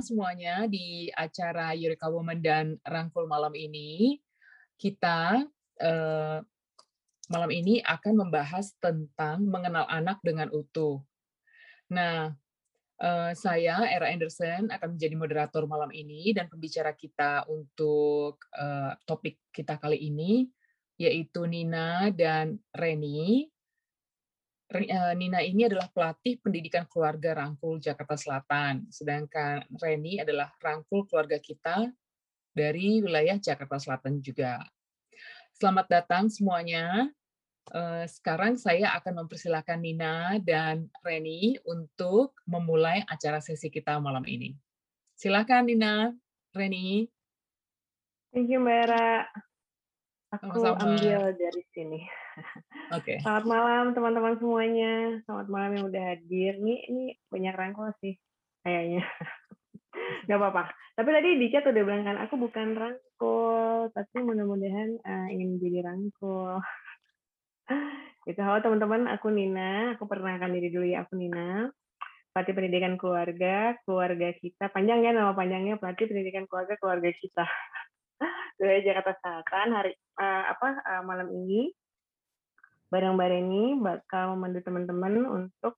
semuanya di acara Eureka Women dan Rangkul malam ini. Kita malam ini akan membahas tentang mengenal anak dengan utuh. Nah, saya Era Anderson akan menjadi moderator malam ini dan pembicara kita untuk topik kita kali ini yaitu Nina dan Reni. Nina ini adalah pelatih pendidikan keluarga Rangkul Jakarta Selatan, sedangkan Reni adalah rangkul keluarga kita dari wilayah Jakarta Selatan juga. Selamat datang semuanya. Sekarang saya akan mempersilahkan Nina dan Reni untuk memulai acara sesi kita malam ini. Silakan Nina, Reni. Thank you, Mbak Era. Aku Sama-sama. ambil dari sini. Oke. Selamat malam teman-teman semuanya. Selamat malam yang udah hadir. Ini banyak rangkul sih kayaknya. Gak apa-apa. Tapi tadi di chat udah bilang kan, aku bukan rangkul, tapi mudah-mudahan ingin menjadi rangkul. Gitu. Halo teman-teman, aku Nina. Aku perkenalkan diri dulu ya, aku Nina. Pelatih pendidikan keluarga kita. Panjang ya nama panjangnya, pelatih pendidikan keluarga kita. Dari Jakarta Selatan malam ini bareng Mbak Reni bakal memandu teman-teman untuk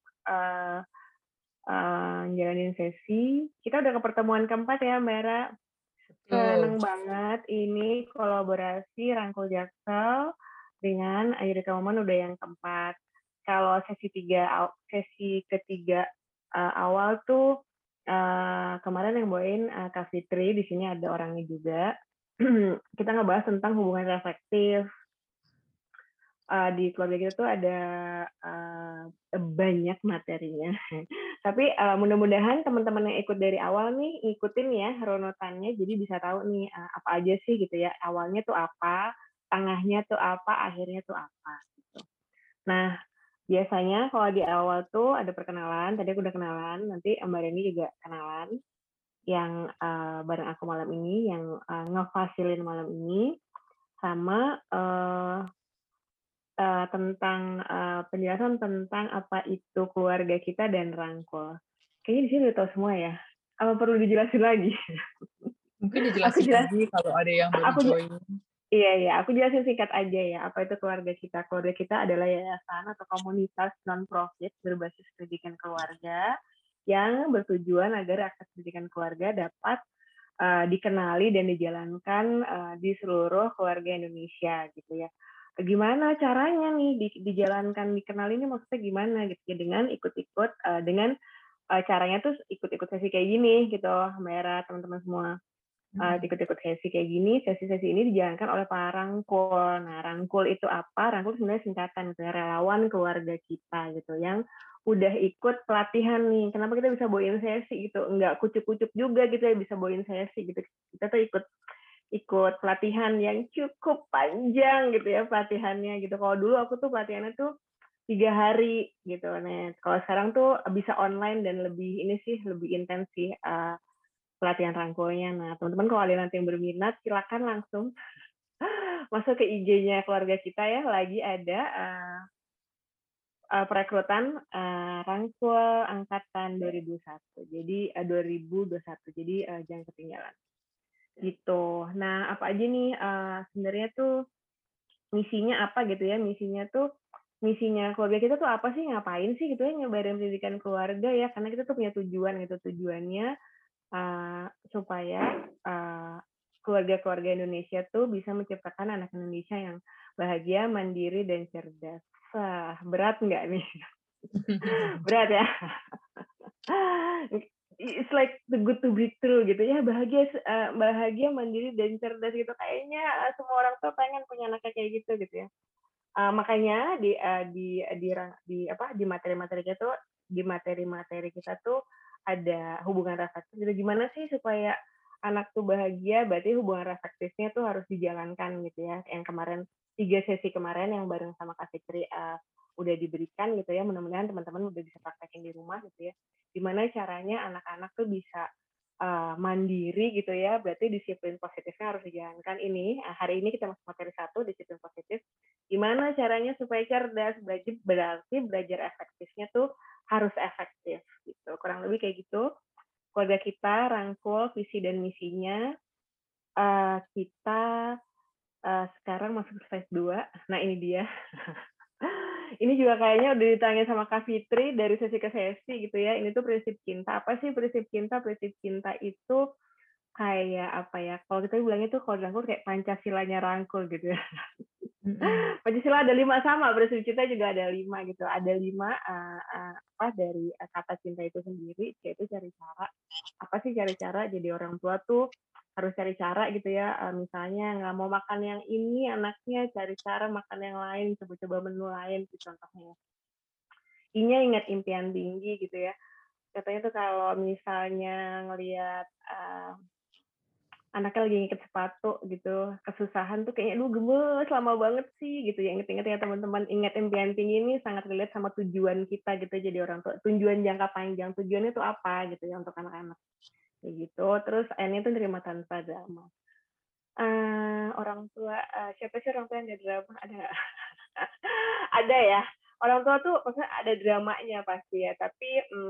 jalanin sesi. Kita udah ke pertemuan keempat ya Mbak Ra. Seneng banget ini kolaborasi Rangkul Jaksel dengan Eureka Women udah yang keempat. Kalau sesi ketiga awal tuh kemarin yang bawain Kak Fitri, di sini ada orangnya juga. Kita ngebahas tentang hubungan reflektif. Di keluarga kita tuh ada banyak materinya. Tapi mudah-mudahan teman-teman yang ikut dari awal nih, ikutin ya runutannya, jadi bisa tahu nih apa aja sih gitu ya. Awalnya tuh apa, tengahnya tuh apa, akhirnya tuh apa. Gitu. Nah, biasanya kalau di awal tuh ada perkenalan, tadi aku udah kenalan, nanti Mbak Reni juga kenalan, yang bareng aku malam ini, yang ngefasilin malam ini, sama tentang penjelasan tentang apa itu keluarga kita dan rangkul. Kayaknya di sini udah tahu semua ya. Apa perlu dijelasin lagi? Mungkin dijelasin lagi kalau ada yang baru join. Iya, aku jelasin singkat aja ya. Apa itu keluarga kita? Keluarga kita adalah yayasan atau komunitas non-profit berbasis pendidikan keluarga yang bertujuan agar akses pendidikan keluarga dapat dikenali dan dijalankan di seluruh keluarga Indonesia gitu ya. Gimana caranya nih dijalankan, dikenal ini maksudnya gimana gitu ya, dengan ikut-ikut dengan caranya tuh ikut-ikut sesi kayak gini gitu Mbak Era, teman-teman semua. Ikut-ikut sesi kayak gini, sesi-sesi ini dijalankan oleh para rangkul. Nah, rangkul itu apa? Rangkul sebenarnya singkatan gitu ya, relawan keluarga kita gitu yang udah ikut pelatihan nih. Kenapa kita bisa bawain sesi gitu? Enggak kucuk-kucuk juga gitu ya, bisa bawain sesi gitu. Kita tuh ikut pelatihan yang cukup panjang gitu ya pelatihannya gitu. Kalau dulu aku tuh pelatihannya tuh 3 hari gitu. Nah, kalau sekarang tuh bisa online dan lebih ini sih lebih intens sih pelatihan rangkulnya. Nah, teman-teman kalau ada nanti yang berminat silakan langsung masuk ke IG-nya keluarga kita ya. Lagi ada perekrutan rangkul angkatan 2021. Jadi 2021. Jadi jangan ketinggalan. Gitu. Nah, apa aja nih sebenarnya tuh misinya apa gitu ya? Misinya keluarga kita tuh apa sih? Ngapain sih gitu ya nyebarin pendidikan keluarga ya? Karena kita tuh punya tujuan gitu. Tujuannya supaya keluarga-keluarga Indonesia tuh bisa menciptakan anak Indonesia yang bahagia, mandiri, dan cerdas. Wah, berat nggak nih? Berat ya? It's like the good to be true gitu ya, bahagia, mandiri, dan cerdas gitu. Kayaknya semua orang tuh pengen punya anaknya kayak gitu ya. Makanya di materi-materi kita tuh ada hubungan reflektif gitu. Gimana sih supaya anak tuh bahagia? Berarti hubungan reflektifnya tuh harus dijalankan gitu ya. Yang kemarin 3 sesi kemarin yang bareng sama Kak Fitri udah diberikan gitu ya. Mudah-mudahan teman-teman udah bisa praktekin di rumah gitu ya. Gimana caranya anak-anak tuh bisa mandiri gitu ya, berarti disiplin positifnya harus dijalankan ini. Hari ini kita masuk materi 1, disiplin positif. Gimana caranya supaya cerdas? Berarti belajar efektifnya tuh harus efektif gitu. Kurang lebih kayak gitu. keluarga kita rangkul visi dan misinya, kita, sekarang masuk phase 2. Nah ini dia. Ini juga kayaknya udah ditanya sama Kak Fitri dari sesi ke sesi gitu ya, ini tuh prinsip cinta. Apa sih prinsip cinta? Prinsip cinta itu kayak apa ya, kalau kita bilangnya tuh kalau dirangkul kayak Pancasilanya rangkul gitu ya. Mhm. Pancasila ada 5 sama, prinsip cinta juga ada 5 gitu. Ada 5 dari kata cinta itu sendiri, yaitu cari cara. Apa sih cari cara? Jadi orang tua tuh harus cari cara gitu ya. Misalnya nggak mau makan yang ini, anaknya cari cara makan yang lain, coba-coba menu lain, gitu contohnya. I-nya ingat impian tinggi gitu ya. Katanya tuh kalau misalnya ngelihat anaknya lagi ngikat sepatu gitu, kesusahan tuh kayaknya, "Aduh gemes, lama banget sih," gitu ya. Ingat-ingat ya teman-teman, ingat impian tinggi ini sangat relate sama tujuan kita gitu jadi orang tua. Tujuan jangka panjang, tujuannya itu apa gitu ya untuk anak-anak. Kayak gitu. Terus N itu nerima tanpa drama. Orang tua, siapa sih orang tua yang ada drama? Ada nggak? Ada ya. Orang tua tuh maksudnya ada dramanya pasti ya, tapi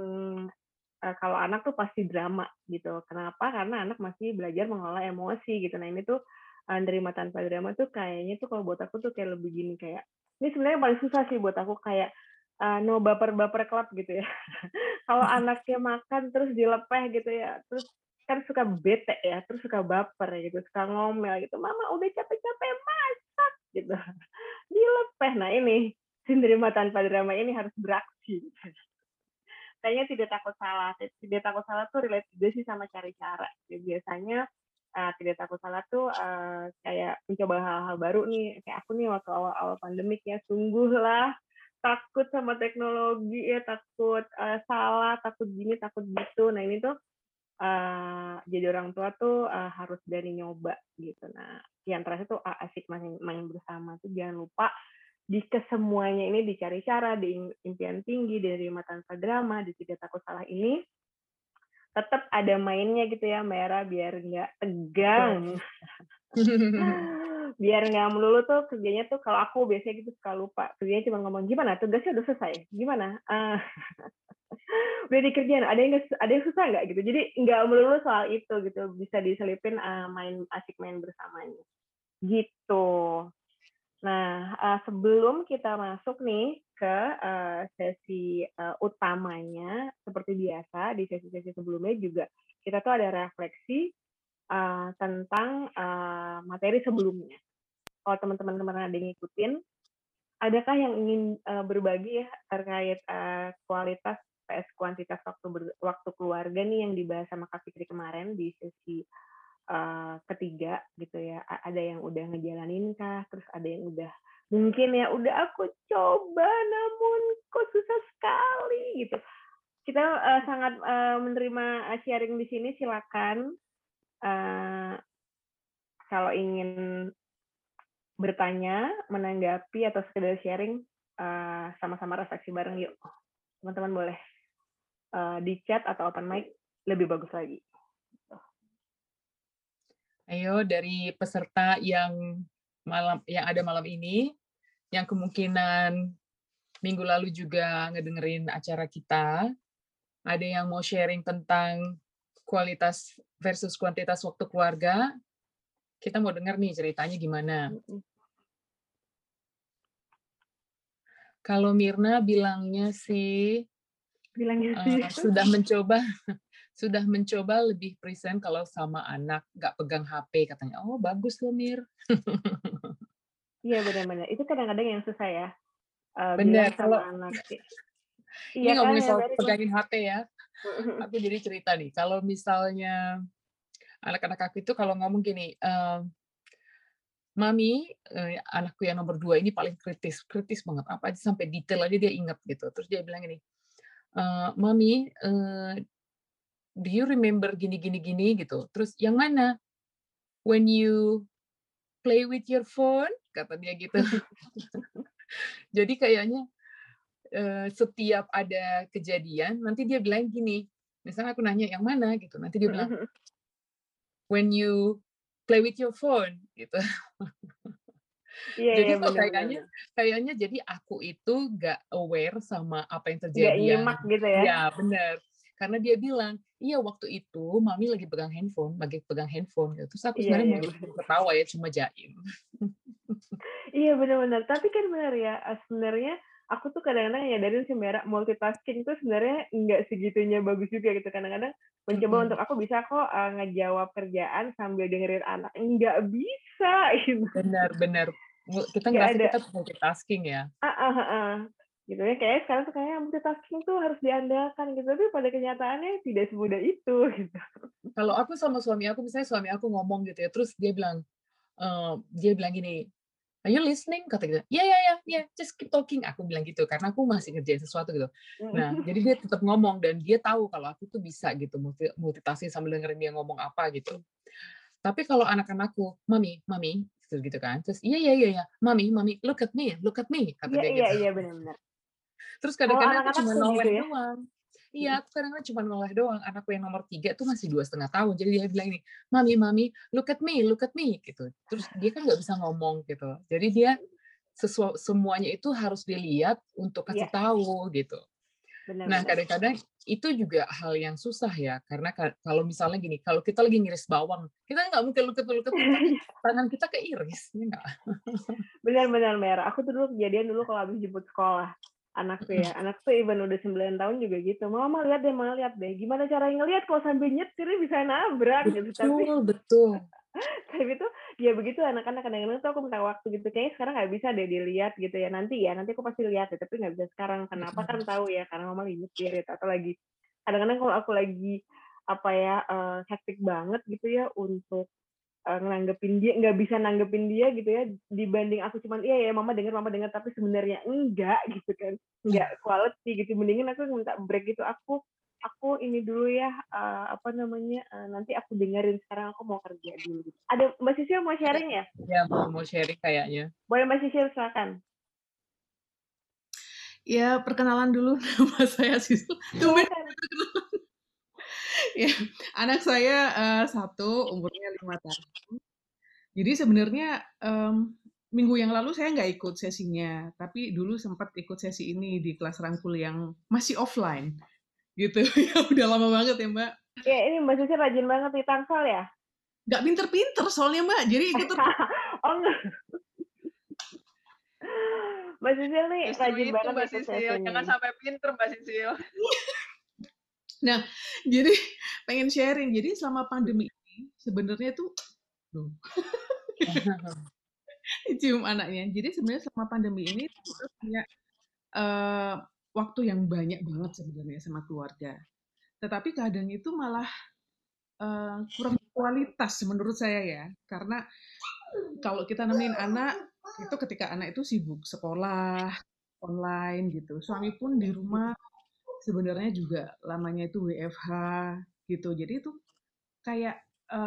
kalau anak tuh pasti drama gitu. Kenapa? Karena anak masih belajar mengelola emosi gitu. Nah ini tuh nerima tanpa drama tuh kayaknya tuh kalau buat aku tuh kayak lebih gini kayak ini sebenarnya paling susah sih buat aku kayak no baper-baper club gitu ya. Kalau anaknya makan terus dilepeh gitu ya, terus kan suka bete ya, terus suka baper ya gitu, suka ngomel gitu, "Mama udah capek-capek masak," gitu. Dilepeh. Nah ini, si nerima tanpa drama ini harus beraksi. Kayaknya tidak takut salah. Tidak takut salah tuh relate juga sih sama cari cara. Ya, biasanya tidak takut salah tuh kayak mencoba hal-hal baru nih. Kayak aku nih waktu awal-awal pandemik ya, sungguhlah takut sama teknologi ya, takut salah, takut gini, takut gitu. Nah ini tuh jadi orang tua tuh harus berani nyoba gitu. Nah yang terakhir tuh asik main bersama tuh jangan lupa di kesemuanya ini dicari cara, di impian tinggi, dari mata tanpa drama, di tidak takut salah ini, tetap ada mainnya gitu ya, Mbak biar nggak tegang. Betul. Biar nggak melulu tuh kerjanya tuh, kalau aku biasanya gitu suka lupa. Kerjanya cuma ngomong, gimana tugasnya udah selesai? Gimana? Udah dikerjain, ada yang susah nggak gitu. Jadi nggak melulu soal itu gitu, bisa diselipin asik main bersamanya. Gitu. Nah, sebelum kita masuk nih ke sesi utamanya, seperti biasa di sesi-sesi sebelumnya juga kita tuh ada refleksi tentang materi sebelumnya. Kalau teman-teman ada yang ngikutin, adakah yang ingin berbagi ya terkait kualitas vs kuantitas waktu keluarga nih yang dibahas sama Kak Fitri kemarin di sesi ketiga gitu ya. Ada yang udah ngejalanin kah? Terus ada yang udah mungkin ya udah aku coba namun kok susah sekali gitu. Kita sangat menerima sharing di sini. Silakan kalau ingin bertanya, menanggapi atau sekedar sharing sama-sama refleksi bareng yuk. Teman-teman boleh di chat atau open mic lebih bagus lagi. Ayo dari peserta yang ada malam ini, yang kemungkinan minggu lalu juga ngedengerin acara kita, ada yang mau sharing tentang kualitas versus kuantitas waktu keluarga, kita mau dengar nih ceritanya gimana. Kalau Mirna bilangnya sih, Bilangnya sih. sudah mencoba lebih present kalau sama anak, nggak pegang HP katanya. Oh, bagus loh, Mir. Iya benar-benar. Itu kadang-kadang yang susah ya. Bilang Bener, sama kalau anak. ini Iya kan ngomongin ya soal Mary? pegangin HP ya, aku jadi cerita nih, kalau misalnya anak-anak aku itu kalau ngomong gini, "Mami," anakku yang nomor 2 ini paling kritis, kritis banget, apa aja sampai detail aja dia inget gitu. Terus dia bilang gini, "Mami, do you remember gini gini gini?" Gitu. Terus, "Yang mana? When you play with your phone?" Kata dia gitu. Jadi kayaknya, setiap ada kejadian, nanti dia bilang gini, misalnya aku nanya, "Yang mana?" Gitu, nanti dia bilang, "When you play with your phone," gitu. Iya Jadi iya kok benar-benar. kayaknya jadi aku itu nggak aware sama apa yang Nggak terjadi yang nyimak gitu ya? ya benar. karena dia bilang, "Iya waktu itu mami lagi pegang handphone," gitu. Terus aku Iya sebenarnya iya, mau bener. ketawa ya, cuma jaim. Iya, bener. Tapi kan bener ya, sebenarnya aku tuh kadang-kadang nyadarin sih Mbak, multitasking tuh sebenarnya nggak segitunya bagus juga gitu. Kadang-kadang mencoba untuk Mhm, aku bisa kok, ngejawab kerjaan sambil dengerin anak, nggak bisa gitu. benar benar. Kita Nggak ngerasa ada kita multitasking ya. heeh. Gitu ya, kayaknya sekarang tuh kayaknya multitasking tuh harus diandalkan gitu, tapi pada kenyataannya tidak semudah itu gitu. Kalau aku sama suami aku, misalnya suami aku ngomong gitu ya, terus dia bilang gini, "Are you listening?" Kata dia. "Yeah, yeah, yeah, yeah, just keep talking." Aku bilang gitu, karena aku masih ngerjain sesuatu gitu. Nah, jadi dia tetap ngomong dan dia tahu kalau aku tuh bisa gitu multitasking sambil dengerin dia ngomong apa gitu. Tapi kalau anak-anakku, "Mami, mami," gitu kan, terus, "Iya, iya, iya, iya, mami, mami, look at me," kata dia gitu. Iya, benar. Terus Kalau kadang-kadang aku anak-anak cuma tuh gitu noleh ya. doang. Iya, aku kadang-kadang cuma noleh doang. Anakku yang nomor 3 tuh masih 2,5 tahun. Jadi dia bilang ini, "Mami, mami, look at me," gitu. Terus dia kan nggak bisa ngomong gitu. Jadi dia semuanya itu harus dilihat untuk kasih Iya, tahu gitu. Nah, benar. kadang-kadang itu juga hal yang susah ya, karena kalau misalnya gini, kalau kita lagi ngiris bawang, kita nggak mungkin luket-luket, nanti tangan kita keiris, ya nggak? Benar, Mer. Aku tuh dulu kejadian dulu kalau habis jemput sekolah anakku ya. Anakku even udah 9 tahun juga gitu. Mama lihat deh, Mama lihat deh. Gimana cara ngelihat kalau sambil nyetir bisa nabrak gitu. Tapi Betul betul. tapi tuh ya begitu anak-anak kadang-kadang tuh aku minta waktu gitu. Kayaknya sekarang nggak bisa deh dilihat gitu ya. Nanti aku pasti lihat ya. Tapi nggak bisa sekarang. Kenapa kan Mhm. tahu ya? Karena Mama lagi nyetir gitu. Atau lagi kadang-kadang kalau aku lagi apa ya hektik banget gitu ya untuk nanggepin dia nggak bisa nanggepin dia gitu ya dibanding aku cuman iya ya mama dengar tapi sebenarnya enggak gitu kan enggak quality gitu mendingan aku minta break gitu aku ini dulu ya apa namanya nanti aku dengerin sekarang aku mau kerja dulu gitu. Ada Mbak Sisil mau sharing ya Ya mau sharing kayaknya. boleh Mbak Sisil silakan Ya, perkenalan dulu nama saya Sisul. Tumben silakan ya. Anak saya satu, umurnya 5 tahun. Jadi sebenarnya minggu yang lalu saya nggak ikut sesinya, tapi dulu sempat ikut sesi ini di kelas rangkul yang masih offline, gitu. Ya udah lama banget ya Mbak. ya ini Mbak Sisil rajin banget di Tangsel ya Nggak pinter-pinter soalnya Mbak, jadi ikut terus. oh enggak Mbak Sisil nih Justru rajin itu banget Mbak ikut Sisil, sesi jangan nih sampai pinter Mbak Sisil. Nah, jadi pengen sharing. Jadi selama pandemi ini sebenarnya tuh, loh, cium anaknya. Jadi sebenarnya selama pandemi ini kita punya Eee, waktu yang banyak banget sebenarnya sama keluarga. Tetapi kadang itu malah, kurang kualitas menurut saya ya. Karena kalau kita nemenin anak, itu ketika anak itu sibuk sekolah, online gitu. Suami pun di rumah sebenarnya juga lamanya itu WFH gitu. Jadi itu kayak,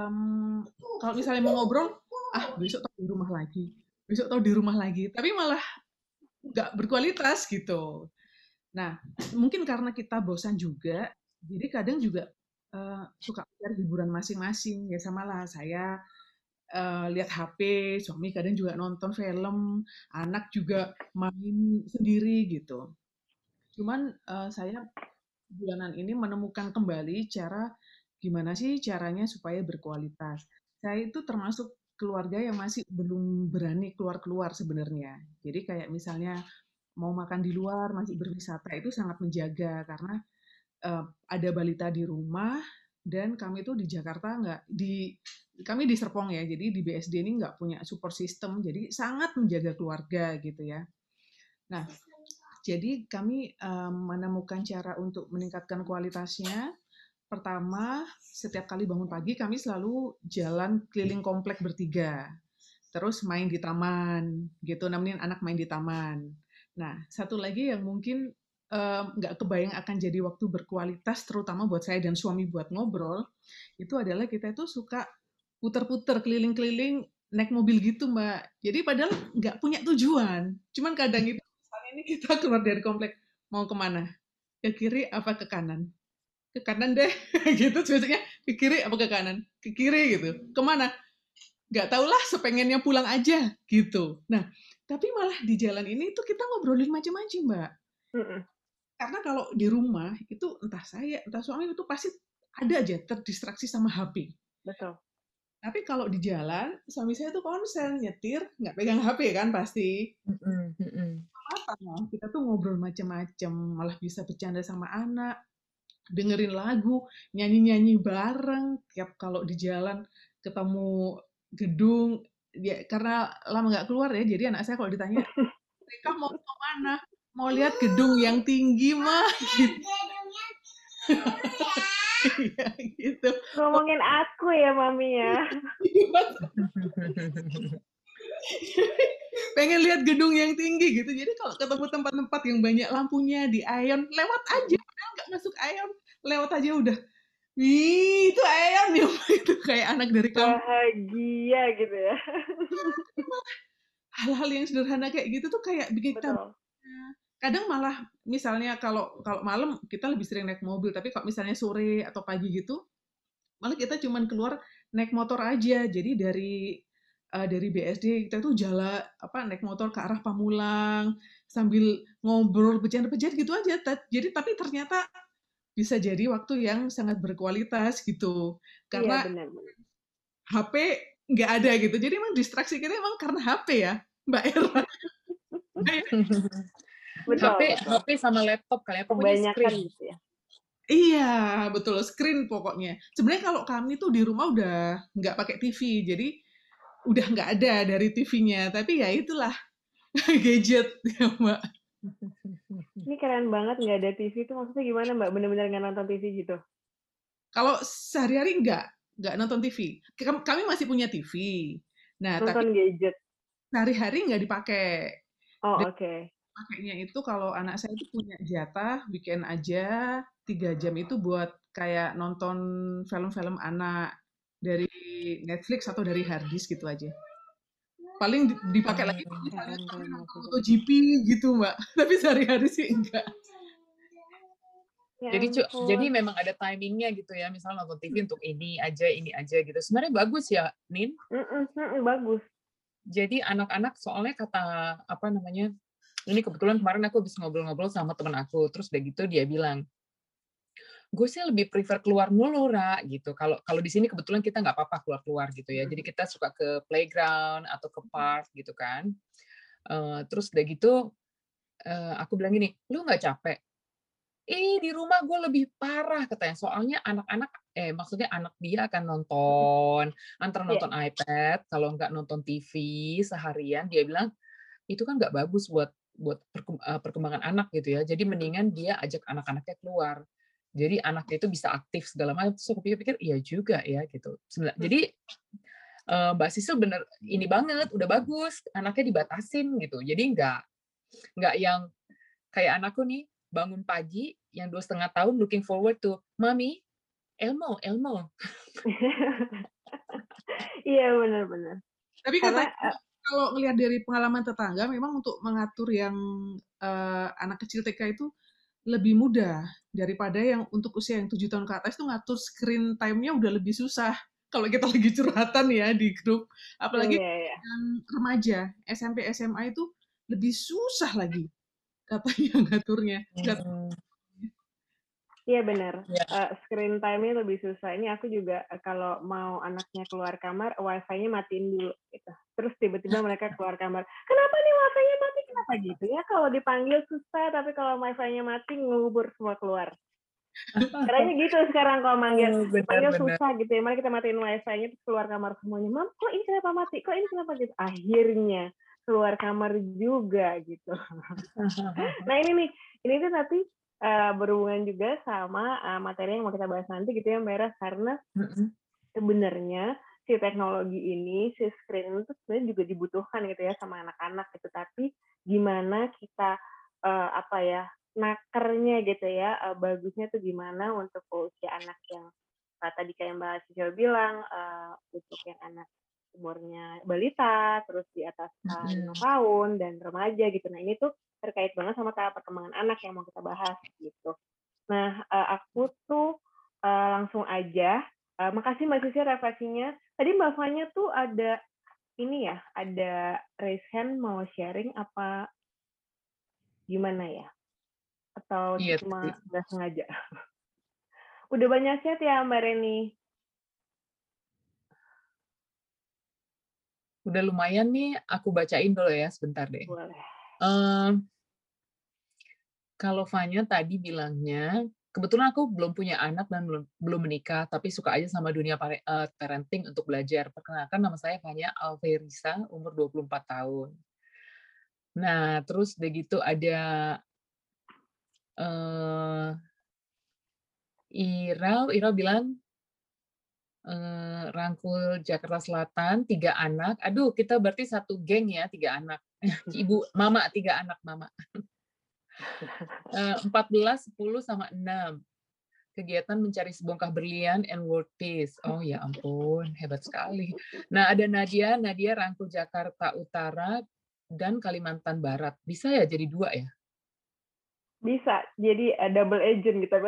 kalau misalnya mau ngobrol, "Ah, besok tahu di rumah lagi besok tahu di rumah lagi." Tapi malah nggak berkualitas gitu. Nah, mungkin karena kita bosan juga, jadi kadang juga suka cari hiburan masing-masing. Ya samalah saya lihat HP, suami kadang juga nonton film, anak juga main sendiri gitu. Cuman saya bulanan ini menemukan kembali cara gimana sih caranya supaya berkualitas. Saya itu termasuk keluarga yang masih belum berani keluar-keluar sebenarnya. Jadi kayak misalnya mau makan di luar, masih berwisata itu sangat menjaga karena ada balita di rumah dan kami tuh di Jakarta nggak di kami di Serpong ya, jadi di BSD ini nggak punya support system, jadi sangat menjaga keluarga gitu ya. Nah, jadi kami menemukan cara untuk meningkatkan kualitasnya. Pertama, setiap kali bangun pagi kami selalu jalan keliling komplek bertiga. Terus main di taman, gitu, nemenin anak main di taman. Nah, satu lagi yang mungkin nggak kebayang akan jadi waktu berkualitas, terutama buat saya dan suami buat ngobrol, itu adalah kita itu suka puter-puter keliling-keliling naik mobil gitu, Mbak. Jadi padahal nggak punya tujuan. Cuman kadang itu, misalnya ini kita keluar dari komplek, mau kemana? Ke kiri apa ke kanan? Ke kanan deh, gitu. Biasanya ke kiri apa ke kanan? Ke kiri gitu. Kemana? Nggak tahulah sepengennya pulang aja gitu. Nah, tapi malah di jalan ini tuh kita ngobrolin macam-macam, Mbak. Karena kalau di rumah itu entah saya, entah suami itu pasti ada aja terdistraksi sama HP. Betul. Tapi kalau di jalan, suami saya tuh konsen nyetir, nggak pegang HP kan pasti. Mm-mm, mm-mm. Apa malah kita tuh ngobrol macam-macam, malah bisa bercanda sama anak, dengerin lagu, nyanyi-nyanyi bareng. Tiap kalau di jalan ketemu gedung, ya karena lama nggak keluar ya, jadi anak saya kalau ditanya, mereka mau ke mana? Mau lihat gedung yang tinggi mah, gitu. Iya, gitu. Ngomongin aku ya, Mami ya. Pengen lihat gedung yang tinggi gitu. Jadi kalau ketemu tempat-tempat yang banyak lampunya di Aeon, lewat aja, padahal nggak masuk Aeon, lewat aja udah. Wih, itu Aeon ya, itu kayak anak dari kampung. Bahagia gitu ya. Hal-hal yang sederhana kayak gitu tuh kayak bikin kita Betul. kadang malah misalnya kalau kalau malam kita lebih sering naik mobil, tapi kalau misalnya sore atau pagi gitu, malah kita cuman keluar naik motor aja. Jadi dari BSD kita tuh jalan apa naik motor ke arah Pamulang sambil ngobrol bercanda-bercanda gitu aja. Jadi tapi ternyata bisa jadi waktu yang sangat berkualitas gitu. Iya, Karena benar-benar. HP nggak ada gitu. Jadi emang distraksi kita emang karena HP ya, Mbak Era. Betul, HP betul. sama laptop kali ya, pokoknya Kebanyakan screen. gitu ya. Iya, betul, screen pokoknya. Sebenarnya kalau kami tuh di rumah udah nggak pakai TV, jadi udah nggak ada dari TV-nya. Tapi ya itulah gadget, ya, Mbak. Ini keren banget nggak ada TV itu maksudnya gimana, Mbak? Bener-bener nggak nonton TV gitu? Kalau sehari-hari nggak nonton TV. Kami masih punya TV. Nah, tapi Nonton gadget. sehari-hari nggak dipakai. Oh, Dan oke. pakainya itu kalau anak saya itu punya jatah weekend aja 3 jam itu buat kayak nonton film-film anak dari Netflix atau dari harddisk gitu aja. Paling dipakai lagi kalau misalnya Keren, kami keren nonton maksudnya. MotoGP gitu, Mbak. Tapi sehari-hari sih enggak. Ya Jadi ampun. memang ada timingnya gitu ya, misalnya nonton TV untuk ini aja gitu. Sebenarnya bagus ya, Nin. Bagus. Jadi anak-anak soalnya kata apa namanya, ini kebetulan kemarin aku habis ngobrol-ngobrol sama teman aku, terus udah gitu dia bilang, gue sih lebih prefer keluar mulu, Ra, gitu. Kalau kalau di sini kebetulan kita nggak apa-apa keluar-keluar gitu ya. Jadi kita suka ke playground atau ke park gitu kan. Terus udah gitu, aku bilang gini, lu nggak capek? Di rumah gue lebih parah katanya. Soalnya anak-anak, maksudnya anak dia akan nonton, antara Iya, nonton iPad, kalau nggak nonton TV seharian, dia bilang itu kan nggak bagus buat buat perkembangan anak gitu ya. Jadi mendingan dia ajak anak-anaknya keluar. Jadi anaknya itu bisa aktif segala macam. Terus aku pikir-pikir, iya juga ya gitu. Jadi Mbak Sisil bener ini banget, udah bagus, anaknya dibatasin gitu. Jadi nggak yang kayak anakku nih bangun pagi yang 2,5 tahun looking forward to, "Mami, Elmo, Elmo." iya benar-benar. Tapi Karena katanya kalau ngelihat dari pengalaman tetangga memang untuk mengatur yang anak kecil TK itu lebih mudah daripada yang untuk usia yang 7 tahun ke atas itu ngatur screen time-nya udah lebih susah. Kalau kita lagi curhatan ya di grup, apalagi iya, iya. yang remaja, SMP, SMA itu lebih susah lagi katanya ngaturnya. Hmm, Iya benar. ya. Screen time-nya lebih susah. Ini aku juga kalau mau anaknya keluar kamar, wifi-nya matiin dulu gitu. Terus tiba-tiba mereka keluar kamar. Kenapa nih wifi-nya mati? Kenapa gitu ya? Kalau dipanggil susah, tapi kalau wifi-nya mati ngubur semua keluar. Caranya gitu sekarang kalau Benar, dipanggil benar. susah gitu ya. Mari kita matiin wifi-nya terus keluar kamar semuanya. Mam, kok ini kenapa mati? Kok ini kenapa gitu? Akhirnya keluar kamar juga gitu. Nah ini tuh nanti berhubungan juga sama materi yang mau kita bahas nanti gitu ya Mbak Era, karena sebenarnya si teknologi ini, si screen itu sebenarnya juga dibutuhkan gitu ya sama anak-anak gitu. Tapi gimana kita nakernya gitu ya, bagusnya tuh gimana untuk usia anak yang tadi kayak Mbak Sisil bilang, untuk yang anak umurnya balita, terus di atas 5 tahun, dan remaja gitu. Nah ini tuh terkait banget sama perkembangan anak yang mau kita bahas gitu. Nah aku tuh langsung aja, makasih Mbak Sisil refleksinya. Tadi Mbak Fanya tuh ada ini ya, ada raise hand mau sharing apa gimana ya? Atau Iya, cuma nggak sengaja? Udah banyak chat ya Mbak Reni? udah lumayan nih, aku bacain dulu ya sebentar deh. Boleh. Kalau Fanya tadi bilangnya, kebetulan aku belum punya anak dan belum menikah, tapi suka aja sama dunia parenting untuk belajar. Perkenalkan, nama saya Fanya Alverisa, umur 24 tahun. Nah, terus udah gitu ada Ira bilang, rangkul Jakarta Selatan, 3 anak. Aduh, kita berarti satu geng ya, 3 anak. Ibu, mama, 3 anak mama. 14, 10, sama 6. Kegiatan mencari sebongkah berlian and world peace. Oh ya ampun, hebat sekali. Nah, ada Nadia rangkul Jakarta Utara dan Kalimantan Barat. Bisa ya jadi 2 ya? Bisa, jadi double agent gitu.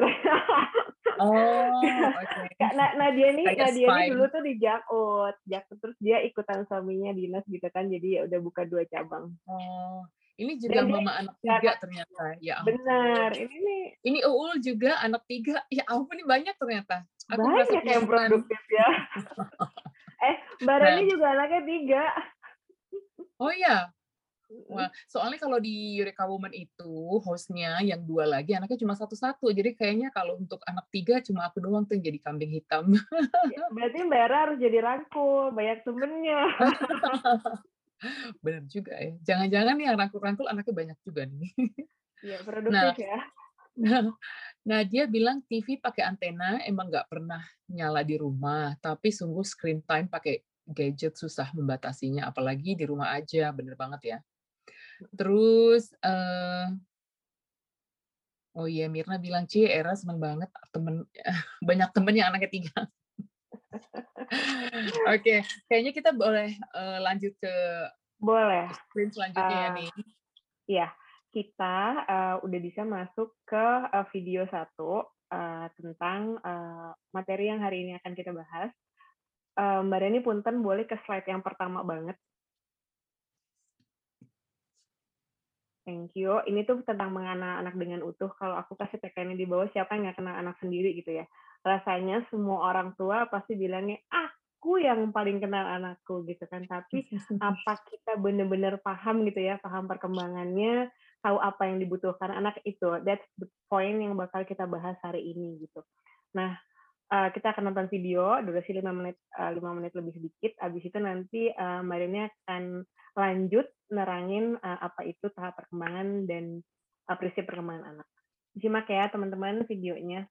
Oh, oke. Nadia ini Kayak dulu tuh di Jakut, terus dia ikutan suaminya dinas gitu kan, jadi ya udah buka 2 cabang. Oh, ini juga Dan dia mama anak 3 ternyata. Ya ampun. benar, ini nih Ini Uul juga anak 3. Ya ampun, ini banyak ternyata. Aku merasa banyak punya yang teman. produktif ya. Mbak Nah, Reni juga anaknya 3. oh ya. Wah, soalnya kalau di Eureka Woman itu hostnya yang 2 lagi anaknya cuma satu-satu. Jadi kayaknya kalau untuk anak 3 cuma aku doang tuh yang jadi kambing hitam. Berarti Mbak Era harus jadi rangkul, banyak temennya. Benar juga ya. Jangan-jangan yang rangkul-rangkul anaknya banyak juga nih. Iya, Nah, produktif ya. nah dia bilang TV pakai antena emang nggak pernah nyala di rumah, tapi sungguh screen time pakai gadget susah membatasinya, apalagi di rumah aja. Bener banget ya. Terus, oh iya, Mirna bilang, Era seneng banget banyak temen yang anaknya 3. Oke, kayaknya kita boleh lanjut ke Boleh. screen selanjutnya ya nih. Iya, kita udah bisa masuk ke video 1 tentang materi yang hari ini akan kita bahas. Mbak Reni punten boleh ke slide yang pertama banget. Thank you. Ini tuh tentang mengenal anak dengan utuh. Kalau aku kasih tagline di bawah, siapa yang nggak kenal anak sendiri gitu ya. Rasanya semua orang tua pasti bilangnya, aku yang paling kenal anakku gitu kan. Tapi apa kita benar-benar paham gitu ya, paham perkembangannya, tahu apa yang dibutuhkan anak itu. That's the point yang bakal kita bahas hari ini gitu. Nah, kita akan nonton video durasi 5 menit lebih sedikit. Habis itu nanti Mbak Reni akan lanjut nerangin apa itu tahap perkembangan dan prinsip perkembangan anak. Simak ya teman-teman videonya.